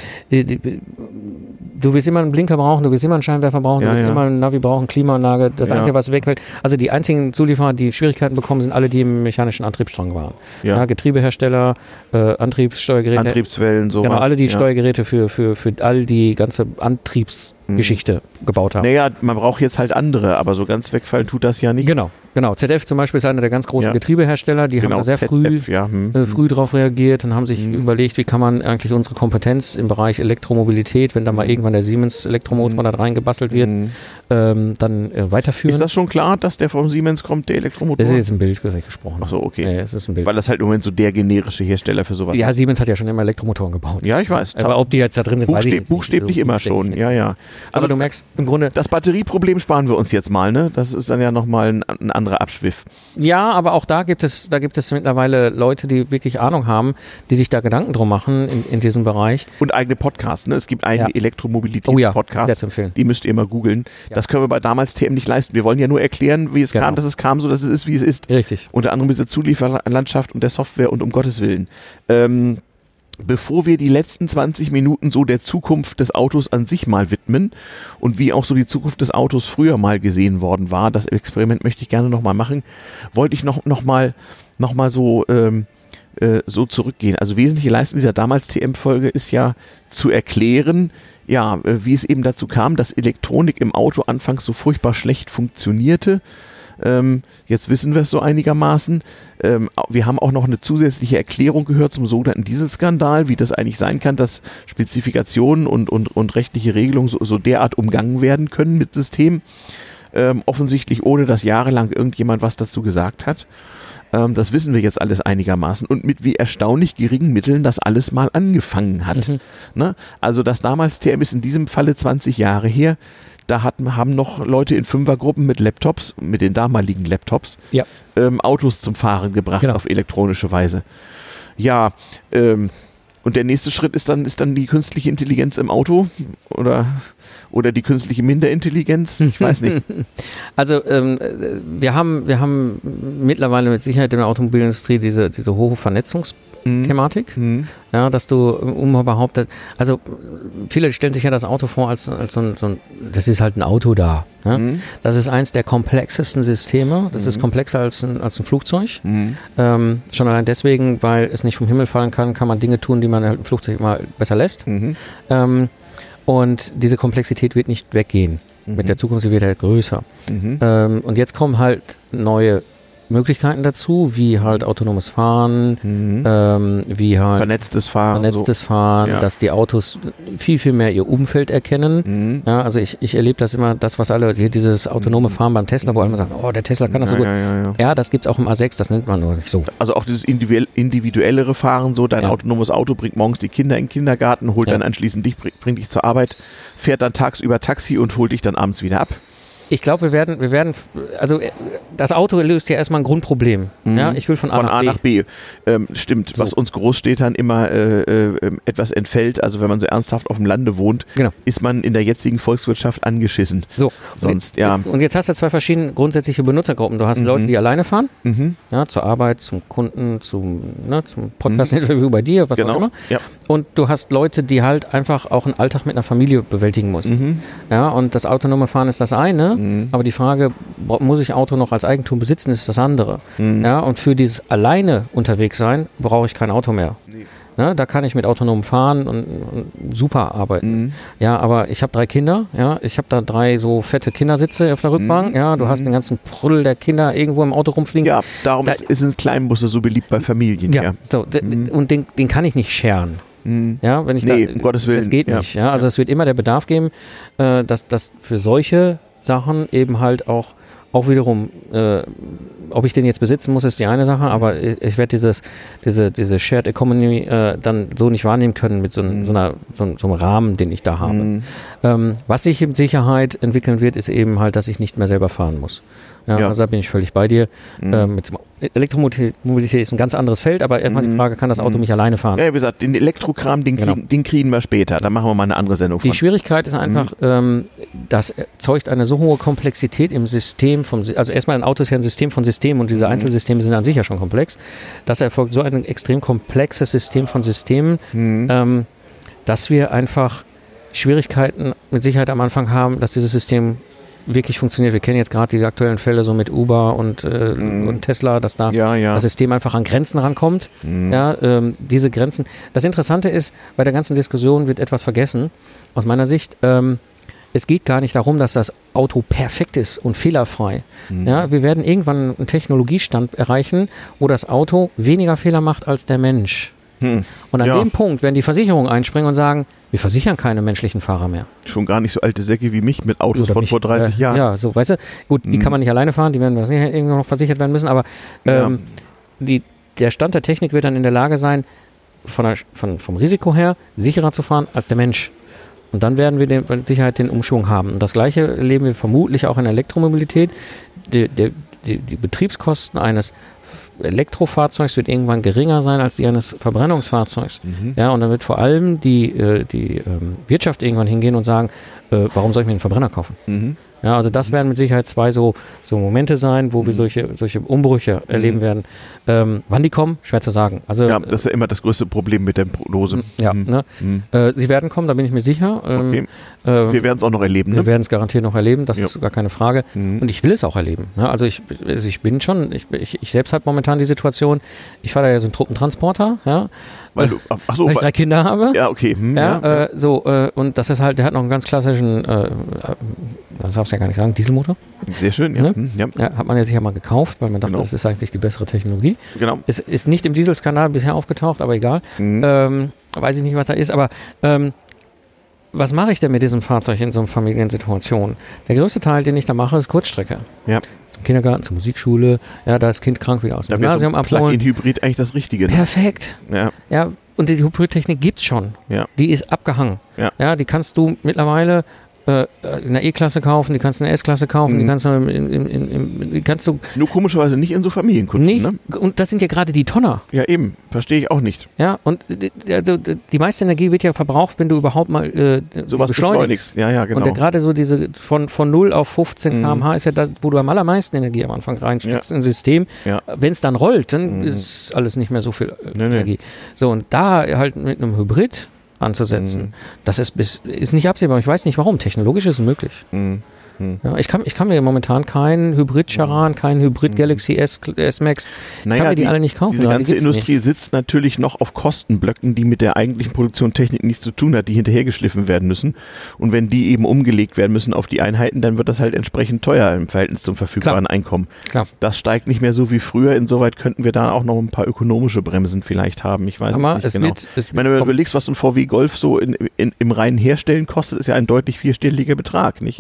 du wirst immer einen Blinker brauchen, du wirst immer einen Scheinwerfer brauchen, du wirst immer einen Navi brauchen, Klimaanlage, das Einzige, was wegfällt. Also die einzigen Zulieferer, die Schwierigkeiten bekommen, sind alle, die im mechanischen Antriebsstrang waren. Ja. Getriebehersteller, Antriebssteuergeräte. Antriebswellen, sowas. Genau, alle die Steuergeräte für all die ganze Antriebsgeschichte gebaut haben. Naja, man braucht jetzt halt andere, aber so ganz wegfallen tut das ja nicht. Genau, ZF zum Beispiel ist einer der ganz großen Getriebehersteller, die haben da sehr früh drauf reagiert und haben sich überlegt, wie kann man eigentlich unsere Kompetenz im Bereich Elektromobilität, wenn da mal irgendwann der Siemens Elektromotor da reingebastelt wird, dann weiterführen. Ist das schon klar, dass der vom Siemens kommt, der Elektromotor? Das ist jetzt ein Bild, was ich gesprochen habe. Ach so, okay. Nee, das ist ein Bild. Weil das halt im Moment so der generische Hersteller für sowas ist. Ja, Siemens hat ja schon immer Elektromotoren gebaut. Ja, ich weiß. Aber ob die jetzt da drin sind, weiß ich jetzt buchstäblich nicht. immer schon, ja. Also aber du merkst im Grunde... Das Batterieproblem sparen wir uns jetzt mal, ne? Das ist dann ja nochmal ein anderer Abschwiff. Ja, aber auch da gibt es mittlerweile Leute, die wirklich Ahnung haben, die sich da Gedanken drum machen in diesem Bereich. Und eigene Podcasts, ne? Es gibt eigene Elektromobilitäts-Podcasts, die müsst ihr immer googeln. Ja. Das können wir bei damals TM nicht leisten. Wir wollen ja nur erklären, wie es kam, dass es kam, so dass es ist, wie es ist. Richtig. Unter anderem diese Zulieferlandschaft und der Software und um Gottes Willen. Bevor wir die letzten 20 Minuten so der Zukunft des Autos an sich mal widmen und wie auch so die Zukunft des Autos früher mal gesehen worden war, das Experiment möchte ich gerne nochmal machen, wollte ich noch mal so zurückgehen. Also wesentliche Leistung dieser damals TM-Folge ist ja zu erklären, wie es eben dazu kam, dass Elektronik im Auto anfangs so furchtbar schlecht funktionierte. Jetzt wissen wir es so einigermaßen. Wir haben auch noch eine zusätzliche Erklärung gehört zum sogenannten Dieselskandal, wie das eigentlich sein kann, dass Spezifikationen und rechtliche Regelungen so derart umgangen werden können mit Systemen. Offensichtlich ohne, dass jahrelang irgendjemand was dazu gesagt hat. Das wissen wir jetzt alles einigermaßen und mit wie erstaunlich geringen Mitteln das alles mal angefangen hat. Ne? Also das damals TM ist in diesem Falle 20 Jahre her. Da haben noch Leute in Fünfergruppen mit Laptops, mit den damaligen Laptops, Autos zum Fahren gebracht auf elektronische Weise. Ja, und der nächste Schritt ist dann die künstliche Intelligenz im Auto oder die künstliche Minderintelligenz, ich weiß nicht. Also wir haben mittlerweile mit Sicherheit in der Automobilindustrie diese hohe Vernetzungsthematik, ja, dass du überhaupt, also viele stellen sich ja das Auto vor als so ein, das ist halt ein Auto da. Ja? Das ist eins der komplexesten Systeme, das ist komplexer als ein Flugzeug. Schon allein deswegen, weil es nicht vom Himmel fallen kann man Dinge tun, die man halt im Flugzeug mal besser lässt. Und diese Komplexität wird nicht weggehen. Mit der Zukunft wird er größer. Und jetzt kommen halt neue Möglichkeiten dazu, wie halt autonomes Fahren, wie halt vernetztes Fahren, dass die Autos viel, viel mehr ihr Umfeld erkennen. Ja, also ich erlebe das immer, was alle, hier dieses autonome Fahren beim Tesla, wo alle sagen, oh, der Tesla kann das so gut. Ja, das gibt es auch im A6, das nennt man nur nicht so. Also auch dieses individuellere Fahren, so dein autonomes Auto bringt morgens die Kinder in den Kindergarten, holt dann anschließend dich, bringt dich zur Arbeit, fährt dann tagsüber Taxi und holt dich dann abends wieder ab. Ich glaube, wir werden, also das Auto löst ja erstmal ein Grundproblem. Ja, ich will von A nach B. Stimmt, so. Was uns Großstädtern immer etwas entfällt, also wenn man so ernsthaft auf dem Lande wohnt, ist man in der jetzigen Volkswirtschaft angeschissen. So. Sonst, Und jetzt hast du zwei verschiedene grundsätzliche Benutzergruppen. Du hast Leute, die alleine fahren, zur Arbeit, zum Kunden, zum Podcast-Interview bei dir, was auch immer. Ja. Und du hast Leute, die halt einfach auch einen Alltag mit einer Familie bewältigen müssen. Ja, und das autonome Fahren ist das eine. Aber die Frage, muss ich Auto noch als Eigentum besitzen, ist das andere. Ja, und für dieses alleine unterwegs sein, brauche ich kein Auto mehr. Ne? Da kann ich mit autonomem Fahren und super arbeiten. Ja, aber ich habe 3 Kinder, ja, ich habe da 3 so fette Kindersitze auf der Rückbank, ja, du hast den ganzen Prüll der Kinder irgendwo im Auto rumfliegen. Ja, darum sind Kleinbusse so beliebt bei Familien. Ja, so, und den kann ich nicht scheren. Ja, wenn ich um Gottes Willen. Das geht nicht. Ja, also es wird immer der Bedarf geben, dass für solche Sachen eben halt auch wiederum, ob ich den jetzt besitzen muss, ist die eine Sache, aber ich werde diese Shared Economy dann so nicht wahrnehmen können mit so einem Rahmen, den ich da habe. Was sich mit Sicherheit entwickeln wird, ist eben halt, dass ich nicht mehr selber fahren muss. Ja. Also da bin ich völlig bei dir. Elektromobilität ist ein ganz anderes Feld, aber erstmal die Frage, kann das Auto mich alleine fahren? Ja, wie gesagt, den Elektrokram, den kriegen wir später. Da machen wir mal eine andere Sendung von. Die Schwierigkeit ist einfach, das erzeugt eine so hohe Komplexität im System, also erstmal ein Auto ist ja ein System von Systemen und diese Einzelsysteme sind an sich ja schon komplex. Das erfolgt so ein extrem komplexes System von Systemen, dass wir einfach Schwierigkeiten mit Sicherheit am Anfang haben, dass dieses System wirklich funktioniert. Wir kennen jetzt gerade die aktuellen Fälle so mit Uber und Tesla, dass da das System einfach an Grenzen rankommt. Ja, diese Grenzen. Das Interessante ist, bei der ganzen Diskussion wird etwas vergessen. Aus meiner Sicht, es geht gar nicht darum, dass das Auto perfekt ist und fehlerfrei. Ja, wir werden irgendwann einen Technologiestand erreichen, wo das Auto weniger Fehler macht als der Mensch. Und an dem Punkt werden die Versicherungen einspringen und sagen, wir versichern keine menschlichen Fahrer mehr. Schon gar nicht so alte Säcke wie mich mit Autos von vor 30 Jahren. Ja, so, weißt du, gut, die kann man nicht alleine fahren, die werden irgendwann noch versichert werden müssen, aber der Stand der Technik wird dann in der Lage sein, vom Risiko her sicherer zu fahren als der Mensch. Und dann werden wir mit Sicherheit den Umschwung haben. Und das Gleiche erleben wir vermutlich auch in der Elektromobilität. Die Betriebskosten eines Elektrofahrzeugs wird irgendwann geringer sein als die eines Verbrennungsfahrzeugs. Ja, und dann wird vor allem die Wirtschaft irgendwann hingehen und sagen, warum soll ich mir einen Verbrenner kaufen? Ja, also das werden mit Sicherheit 2 so Momente sein, wo wir solche Umbrüche erleben werden. Wann die kommen, schwer zu sagen. Also, ja, das ist ja immer das größte Problem mit der Prognose. Ja, sie werden kommen, da bin ich mir sicher. Okay. Wir werden es auch noch erleben. Wir werden es garantiert noch erleben, das ist gar keine Frage. Und ich will es auch erleben. Ne? Also ich bin schon, ich selbst habe momentan die Situation, ich fahre da ja so einen Truppentransporter, ja. Weil ich 3 Kinder habe. Ja, okay. Und das ist halt, der hat noch einen ganz klassischen, das darfst du ja gar nicht sagen, Dieselmotor. Sehr schön, ja. Ja, hat man ja sicher mal gekauft, weil man dachte, das ist eigentlich die bessere Technologie. Genau. Es ist nicht im Dieselskandal bisher aufgetaucht, aber egal. Weiß ich nicht, was da ist, aber was mache ich denn mit diesem Fahrzeug in so einer Familiensituation? Der größte Teil, den ich da mache, ist Kurzstrecke. Ja. Zum Kindergarten, zur Musikschule, ja, da ist Kind krank, wieder aus dem Gymnasium abholen. Plug-in-Hybrid eigentlich das Richtige. Ne? Perfekt. Ja, und die Hybridtechnik gibt es schon. Ja. Die ist abgehangen. Ja, die kannst du mittlerweile in der E-Klasse kaufen, die kannst du in der S-Klasse kaufen, die kannst du nur komischerweise nicht in so Familienkunden, nicht, ne? Und das sind ja gerade die Tonner. Ja, eben. Verstehe ich auch nicht. Ja, und die meiste Energie wird ja verbraucht, wenn du überhaupt mal sowas beschleunigst. Ja, genau. Und gerade so diese von 0 auf 15 km/h ist ja das, wo du am allermeisten Energie am Anfang reinsteckst ins System. Ja. Wenn es dann rollt, dann ist alles nicht mehr so viel Energie. So, und da halt mit einem Hybrid anzusetzen. Das ist nicht absehbar. Ich weiß nicht warum. Technologisch ist es möglich. Ja, ich kann mir momentan keinen Hybrid-Charan, keinen Hybrid-Galaxy S-Max, ich kann mir die alle nicht kaufen. Diese ganze Industrie sitzt natürlich noch auf Kostenblöcken, die mit der eigentlichen Produktion Technik nichts zu tun hat, die hinterhergeschliffen werden müssen. Und wenn die eben umgelegt werden müssen auf die Einheiten, dann wird das halt entsprechend teuer im Verhältnis zum verfügbaren Einkommen. Klar. Das steigt nicht mehr so wie früher. Insoweit könnten wir da auch noch ein paar ökonomische Bremsen vielleicht haben. Ich weiß es nicht genau. Ich meine, wenn du überlegst, was ein VW Golf so im reinen Herstellen kostet, ist ja ein deutlich 4-stelliger Betrag, nicht?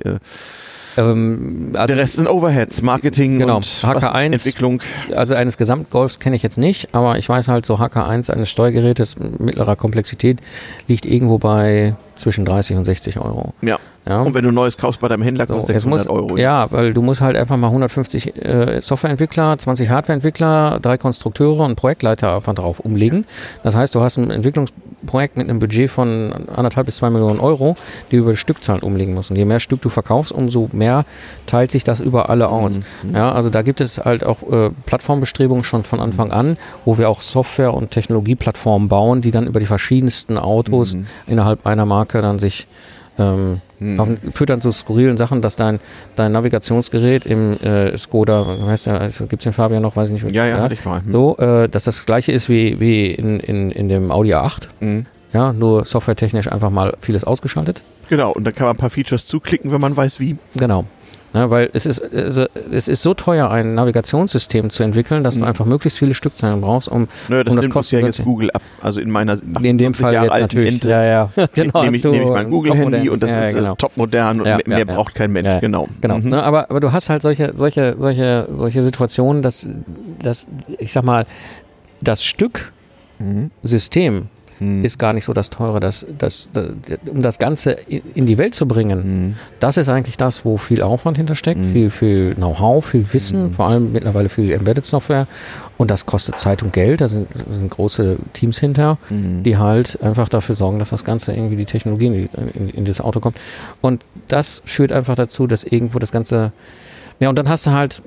Der Rest sind Overheads, Marketing und HK1, Entwicklung. Also eines Gesamtgolfs kenne ich jetzt nicht, aber ich weiß halt, so HK1 eines Steuergerätes mittlerer Komplexität liegt irgendwo bei zwischen 30 und 60 Euro. Ja. Und wenn du Neues kaufst bei deinem Händler, kostet 600 Euro. Ja, weil du musst halt einfach mal 150 Softwareentwickler, 20 Hardwareentwickler, 3 Konstrukteure und Projektleiter einfach drauf umlegen. Das heißt, du hast ein Entwicklungsprojekt mit einem Budget von 1,5 bis 2 Millionen Euro, die über Stückzahlen umlegen musst. Und je mehr Stück du verkaufst, umso mehr teilt sich das über alle aus. Ja, also da gibt es halt auch Plattformbestrebungen schon von Anfang an, wo wir auch Software- und Technologieplattformen bauen, die dann über die verschiedensten Autos innerhalb einer Marke dann sich Führt dann zu skurrilen Sachen, dass dein Navigationsgerät im Skoda, heißt der, also gibt es den Fabian noch, weiß ich nicht. Ja, hatte ich mal. So, dass das gleiche ist wie in dem Audi A8. Ja, nur softwaretechnisch einfach mal vieles ausgeschaltet. Genau, und dann kann man ein paar Features zuklicken, wenn man weiß wie. Genau. Ja, weil es ist so teuer, ein Navigationssystem zu entwickeln, dass du einfach möglichst viele Stückzahlen brauchst, um das Kosten ja jetzt Google ab. Also in meiner in dem Fall jetzt natürlich. Ente, genau, nehme ich mein Google-Handy und das ist topmodern und mehr braucht kein Mensch. Ja, genau. Ne, aber du hast halt solche Situationen, dass ich sag mal, das Stück-System ist gar nicht so das Teure. Um das Ganze in die Welt zu bringen, das ist eigentlich das, wo viel Aufwand hintersteckt, viel Know-how, viel Wissen, vor allem mittlerweile viel Embedded Software, und das kostet Zeit und Geld. Da sind große Teams hinter, die halt einfach dafür sorgen, dass das Ganze irgendwie die Technologie in das Auto kommt. Und das führt einfach dazu, dass irgendwo das Ganze. Ja, und dann hast du halt,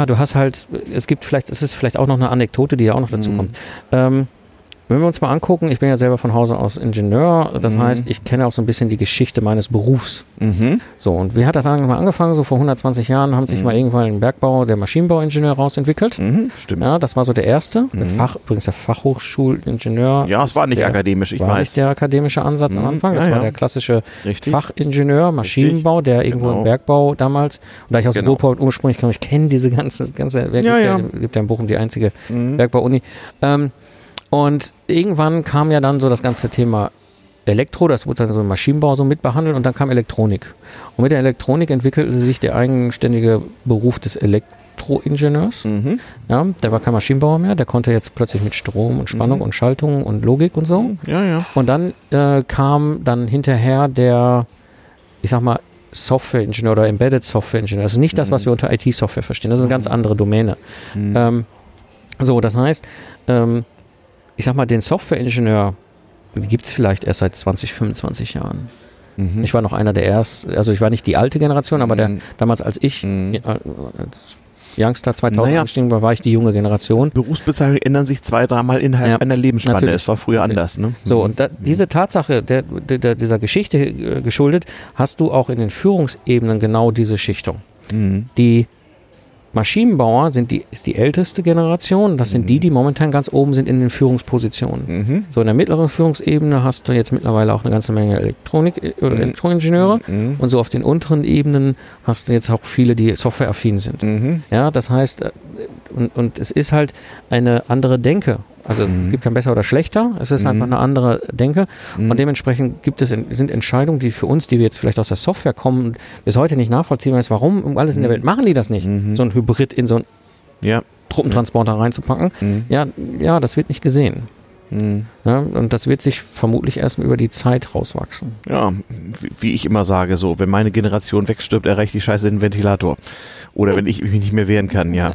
es ist vielleicht auch noch eine Anekdote, die ja auch noch dazu kommt. Wenn wir uns mal angucken, ich bin ja selber von Hause aus Ingenieur, das heißt, ich kenne auch so ein bisschen die Geschichte meines Berufs. So, und wie hat das angefangen? So vor 120 Jahren haben sich mal irgendwann im Bergbau der Maschinenbauingenieur rausentwickelt. Stimmt. Ja, das war so der erste. Übrigens der Fachhochschulingenieur. Ja, es war nicht akademisch, war nicht der akademische Ansatz am Anfang. Das war der klassische Fachingenieur, Maschinenbau, der irgendwo im Bergbau damals, und da ich aus dem Ruhrpott ursprünglich komme, ich kenne diese ganze gibt ja in Bochum die einzige Bergbau-Uni. Und irgendwann kam ja dann so das ganze Thema Elektro, das wurde dann so im Maschinenbau so mit behandelt, und dann kam Elektronik. Und mit der Elektronik entwickelte sich der eigenständige Beruf des Elektroingenieurs. Ja, der war kein Maschinenbauer mehr, der konnte jetzt plötzlich mit Strom und Spannung und Schaltung und Logik und so. Und dann kam dann hinterher der, ich sag mal, Softwareingenieur oder Embedded Softwareingenieur. Das ist nicht das, was wir unter IT-Software verstehen. Das ist eine ganz andere Domäne. So, das heißt, ich sag mal, den Softwareingenieur gibt es vielleicht erst seit 20, 25 Jahren. Ich war noch einer der ersten, also ich war nicht die alte Generation, aber damals als ich als Youngster 2000 eingestiegen war ich die junge Generation. Berufsbezeichnungen ändern sich 2-3 Mal innerhalb einer Lebensspanne. Natürlich. Es war früher anders. Ne? So, und diese Tatsache, dieser Geschichte geschuldet, hast du auch in den Führungsebenen genau diese Schichtung. Die Maschinenbauer ist die älteste Generation. Das sind die momentan ganz oben sind in den Führungspositionen. So, in der mittleren Führungsebene hast du jetzt mittlerweile auch eine ganze Menge Elektronik oder Elektroingenieure. Und so auf den unteren Ebenen hast du jetzt auch viele, die softwareaffin sind. Ja, das heißt, und es ist halt eine andere Denke. Also es gibt kein besser oder schlechter, es ist einfach eine andere Denke, und dementsprechend sind Entscheidungen, die für uns, die wir jetzt vielleicht aus der Software kommen, bis heute nicht nachvollziehbar ist, warum um alles in der Welt machen die das nicht, so ein Hybrid in so einen Truppentransporter reinzupacken. Ja, das wird nicht gesehen. Ja, und das wird sich vermutlich erst über die Zeit rauswachsen. Ja, wie ich immer sage, so, wenn meine Generation wegstirbt, erreicht die Scheiße den Ventilator. Oder wenn ich mich nicht mehr wehren kann, ja.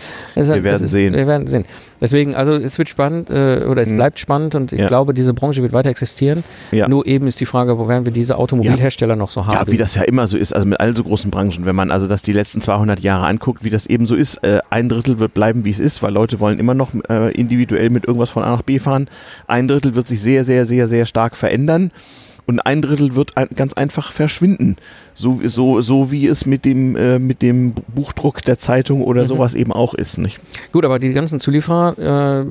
Wir werden sehen. Deswegen, also es wird spannend, oder es bleibt spannend, und ich glaube, diese Branche wird weiter existieren. Nur eben ist die Frage, wo werden wir diese Automobilhersteller noch so haben? Ja, wie das ja immer so ist, also mit all so großen Branchen, wenn man also das die letzten 200 Jahre anguckt, wie das eben so ist, 1/3 wird bleiben, wie es ist, weil Leute wollen immer noch individuell mit irgendwas von A nach B fahren. 1/3 wird sich sehr, sehr, sehr, sehr stark verändern. Und 1/3 wird ganz einfach verschwinden. So wie es mit dem Buchdruck der Zeitung oder sowas eben auch ist. Nicht? Gut, aber die ganzen Zulieferer,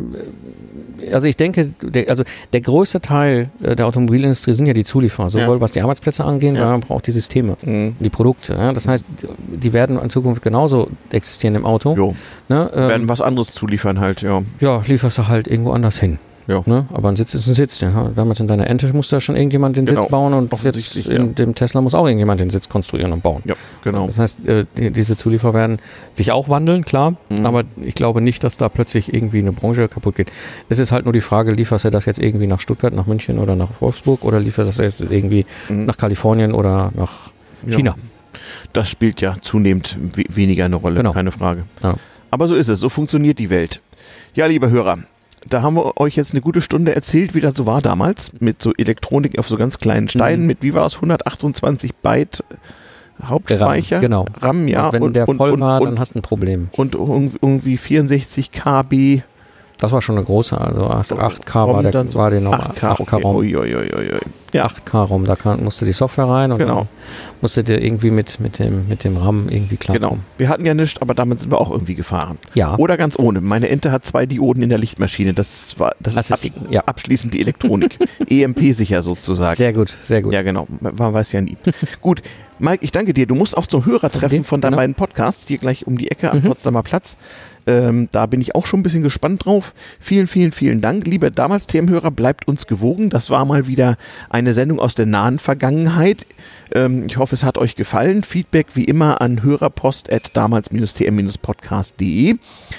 also ich denke, der größte Teil der Automobilindustrie sind ja die Zulieferer, sowohl was die Arbeitsplätze angeht, weil man braucht die Systeme, die Produkte. Ja? Das heißt, die werden in Zukunft genauso existieren im Auto. Jo. Ne? Werden was anderes zuliefern halt, ja. Ja, lieferst du halt irgendwo anders hin. Ja. Ne? Aber ein Sitz ist ein Sitz. Ja. Damals in deiner Ente musste da schon irgendjemand den Sitz bauen, und jetzt in dem Tesla muss auch irgendjemand den Sitz konstruieren und bauen. Ja, genau. Das heißt, diese Zulieferer werden sich auch wandeln, klar, aber ich glaube nicht, dass da plötzlich irgendwie eine Branche kaputt geht. Es ist halt nur die Frage, lieferst du das jetzt irgendwie nach Stuttgart, nach München oder nach Wolfsburg, oder lieferst du das jetzt irgendwie nach Kalifornien oder nach China? Das spielt ja zunehmend weniger eine Rolle, keine Frage. Ja. Aber so ist es, so funktioniert die Welt. Ja, liebe Hörer, da haben wir euch jetzt eine gute Stunde erzählt, wie das so war damals, mit so Elektronik auf so ganz kleinen Steinen, mit, wie war das, 128 Byte Hauptspeicher? RAM, ja. Und wenn der voll war, dann hast du ein Problem. Und irgendwie 64 KB. Das war schon eine große, also 8K war der noch. 8K, okay. 8K-ROM. Da musste die Software rein und dann musste der irgendwie mit dem RAM irgendwie klarkommen. Genau. Wir hatten ja nichts, aber damit sind wir auch irgendwie gefahren. Ja. Oder ganz ohne. Meine Ente hat 2 Dioden in der Lichtmaschine. Das ist abschließend die Elektronik. EMP-sicher sozusagen. Sehr gut, sehr gut. Ja, genau. Man weiß ja nie. Gut. Mike, ich danke dir. Du musst auch zum Hörertreffen von deinen beiden Podcasts, hier gleich um die Ecke am Potsdamer Platz. Da bin ich auch schon ein bisschen gespannt drauf. Vielen, vielen, vielen Dank. Liebe damals TM-Hörer, bleibt uns gewogen. Das war mal wieder eine Sendung aus der nahen Vergangenheit. Ich hoffe, es hat euch gefallen. Feedback wie immer an hörerpost@damals-tm-podcast.de.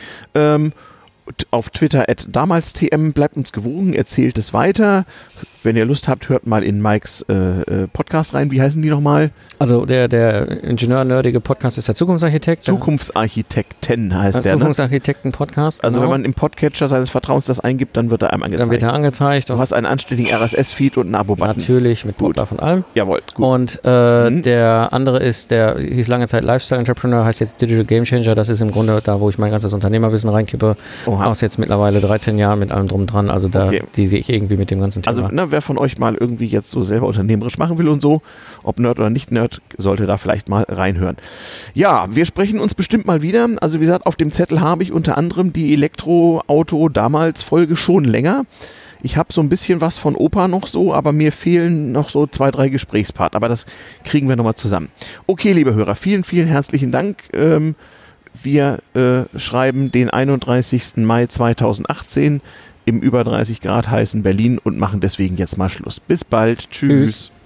Auf Twitter @damalstm, bleibt uns gewogen, erzählt es weiter. Wenn ihr Lust habt, hört mal in Mikes Podcast rein. Wie heißen die nochmal? Also der ingenieur-nerdige Podcast ist der Zukunftsarchitekt. Zukunftsarchitekten heißt der, Zukunftsarchitekten-Podcast. Also wenn man im Podcatcher seines Vertrauens das eingibt, dann wird er einem angezeigt. Dann wird er angezeigt. Du hast einen anständigen RSS-Feed und einen Abo-Button. Natürlich, mit Pop von allem. Jawohl, gut. Und der andere der hieß lange Zeit Lifestyle Entrepreneur, heißt jetzt Digital Game Changer. Das ist im Grunde da, wo ich mein ganzes Unternehmerwissen reinkippe. Aus jetzt mittlerweile 13 Jahren mit allem drum dran. Also die sehe ich irgendwie mit dem ganzen Thema. Also wer von euch mal irgendwie jetzt so selber unternehmerisch machen will und so, ob Nerd oder nicht Nerd, sollte da vielleicht mal reinhören. Ja, wir sprechen uns bestimmt mal wieder. Also wie gesagt, auf dem Zettel habe ich unter anderem die Elektroauto-Damals-Folge schon länger. Ich habe so ein bisschen was von Opa noch so, aber mir fehlen noch so 2, 3 Gesprächspartner. Aber das kriegen wir nochmal zusammen. Okay, liebe Hörer, vielen, vielen herzlichen Dank. Wir schreiben den 31. Mai 2018 im über 30 Grad heißen Berlin und machen deswegen jetzt mal Schluss. Bis bald. Tschüss.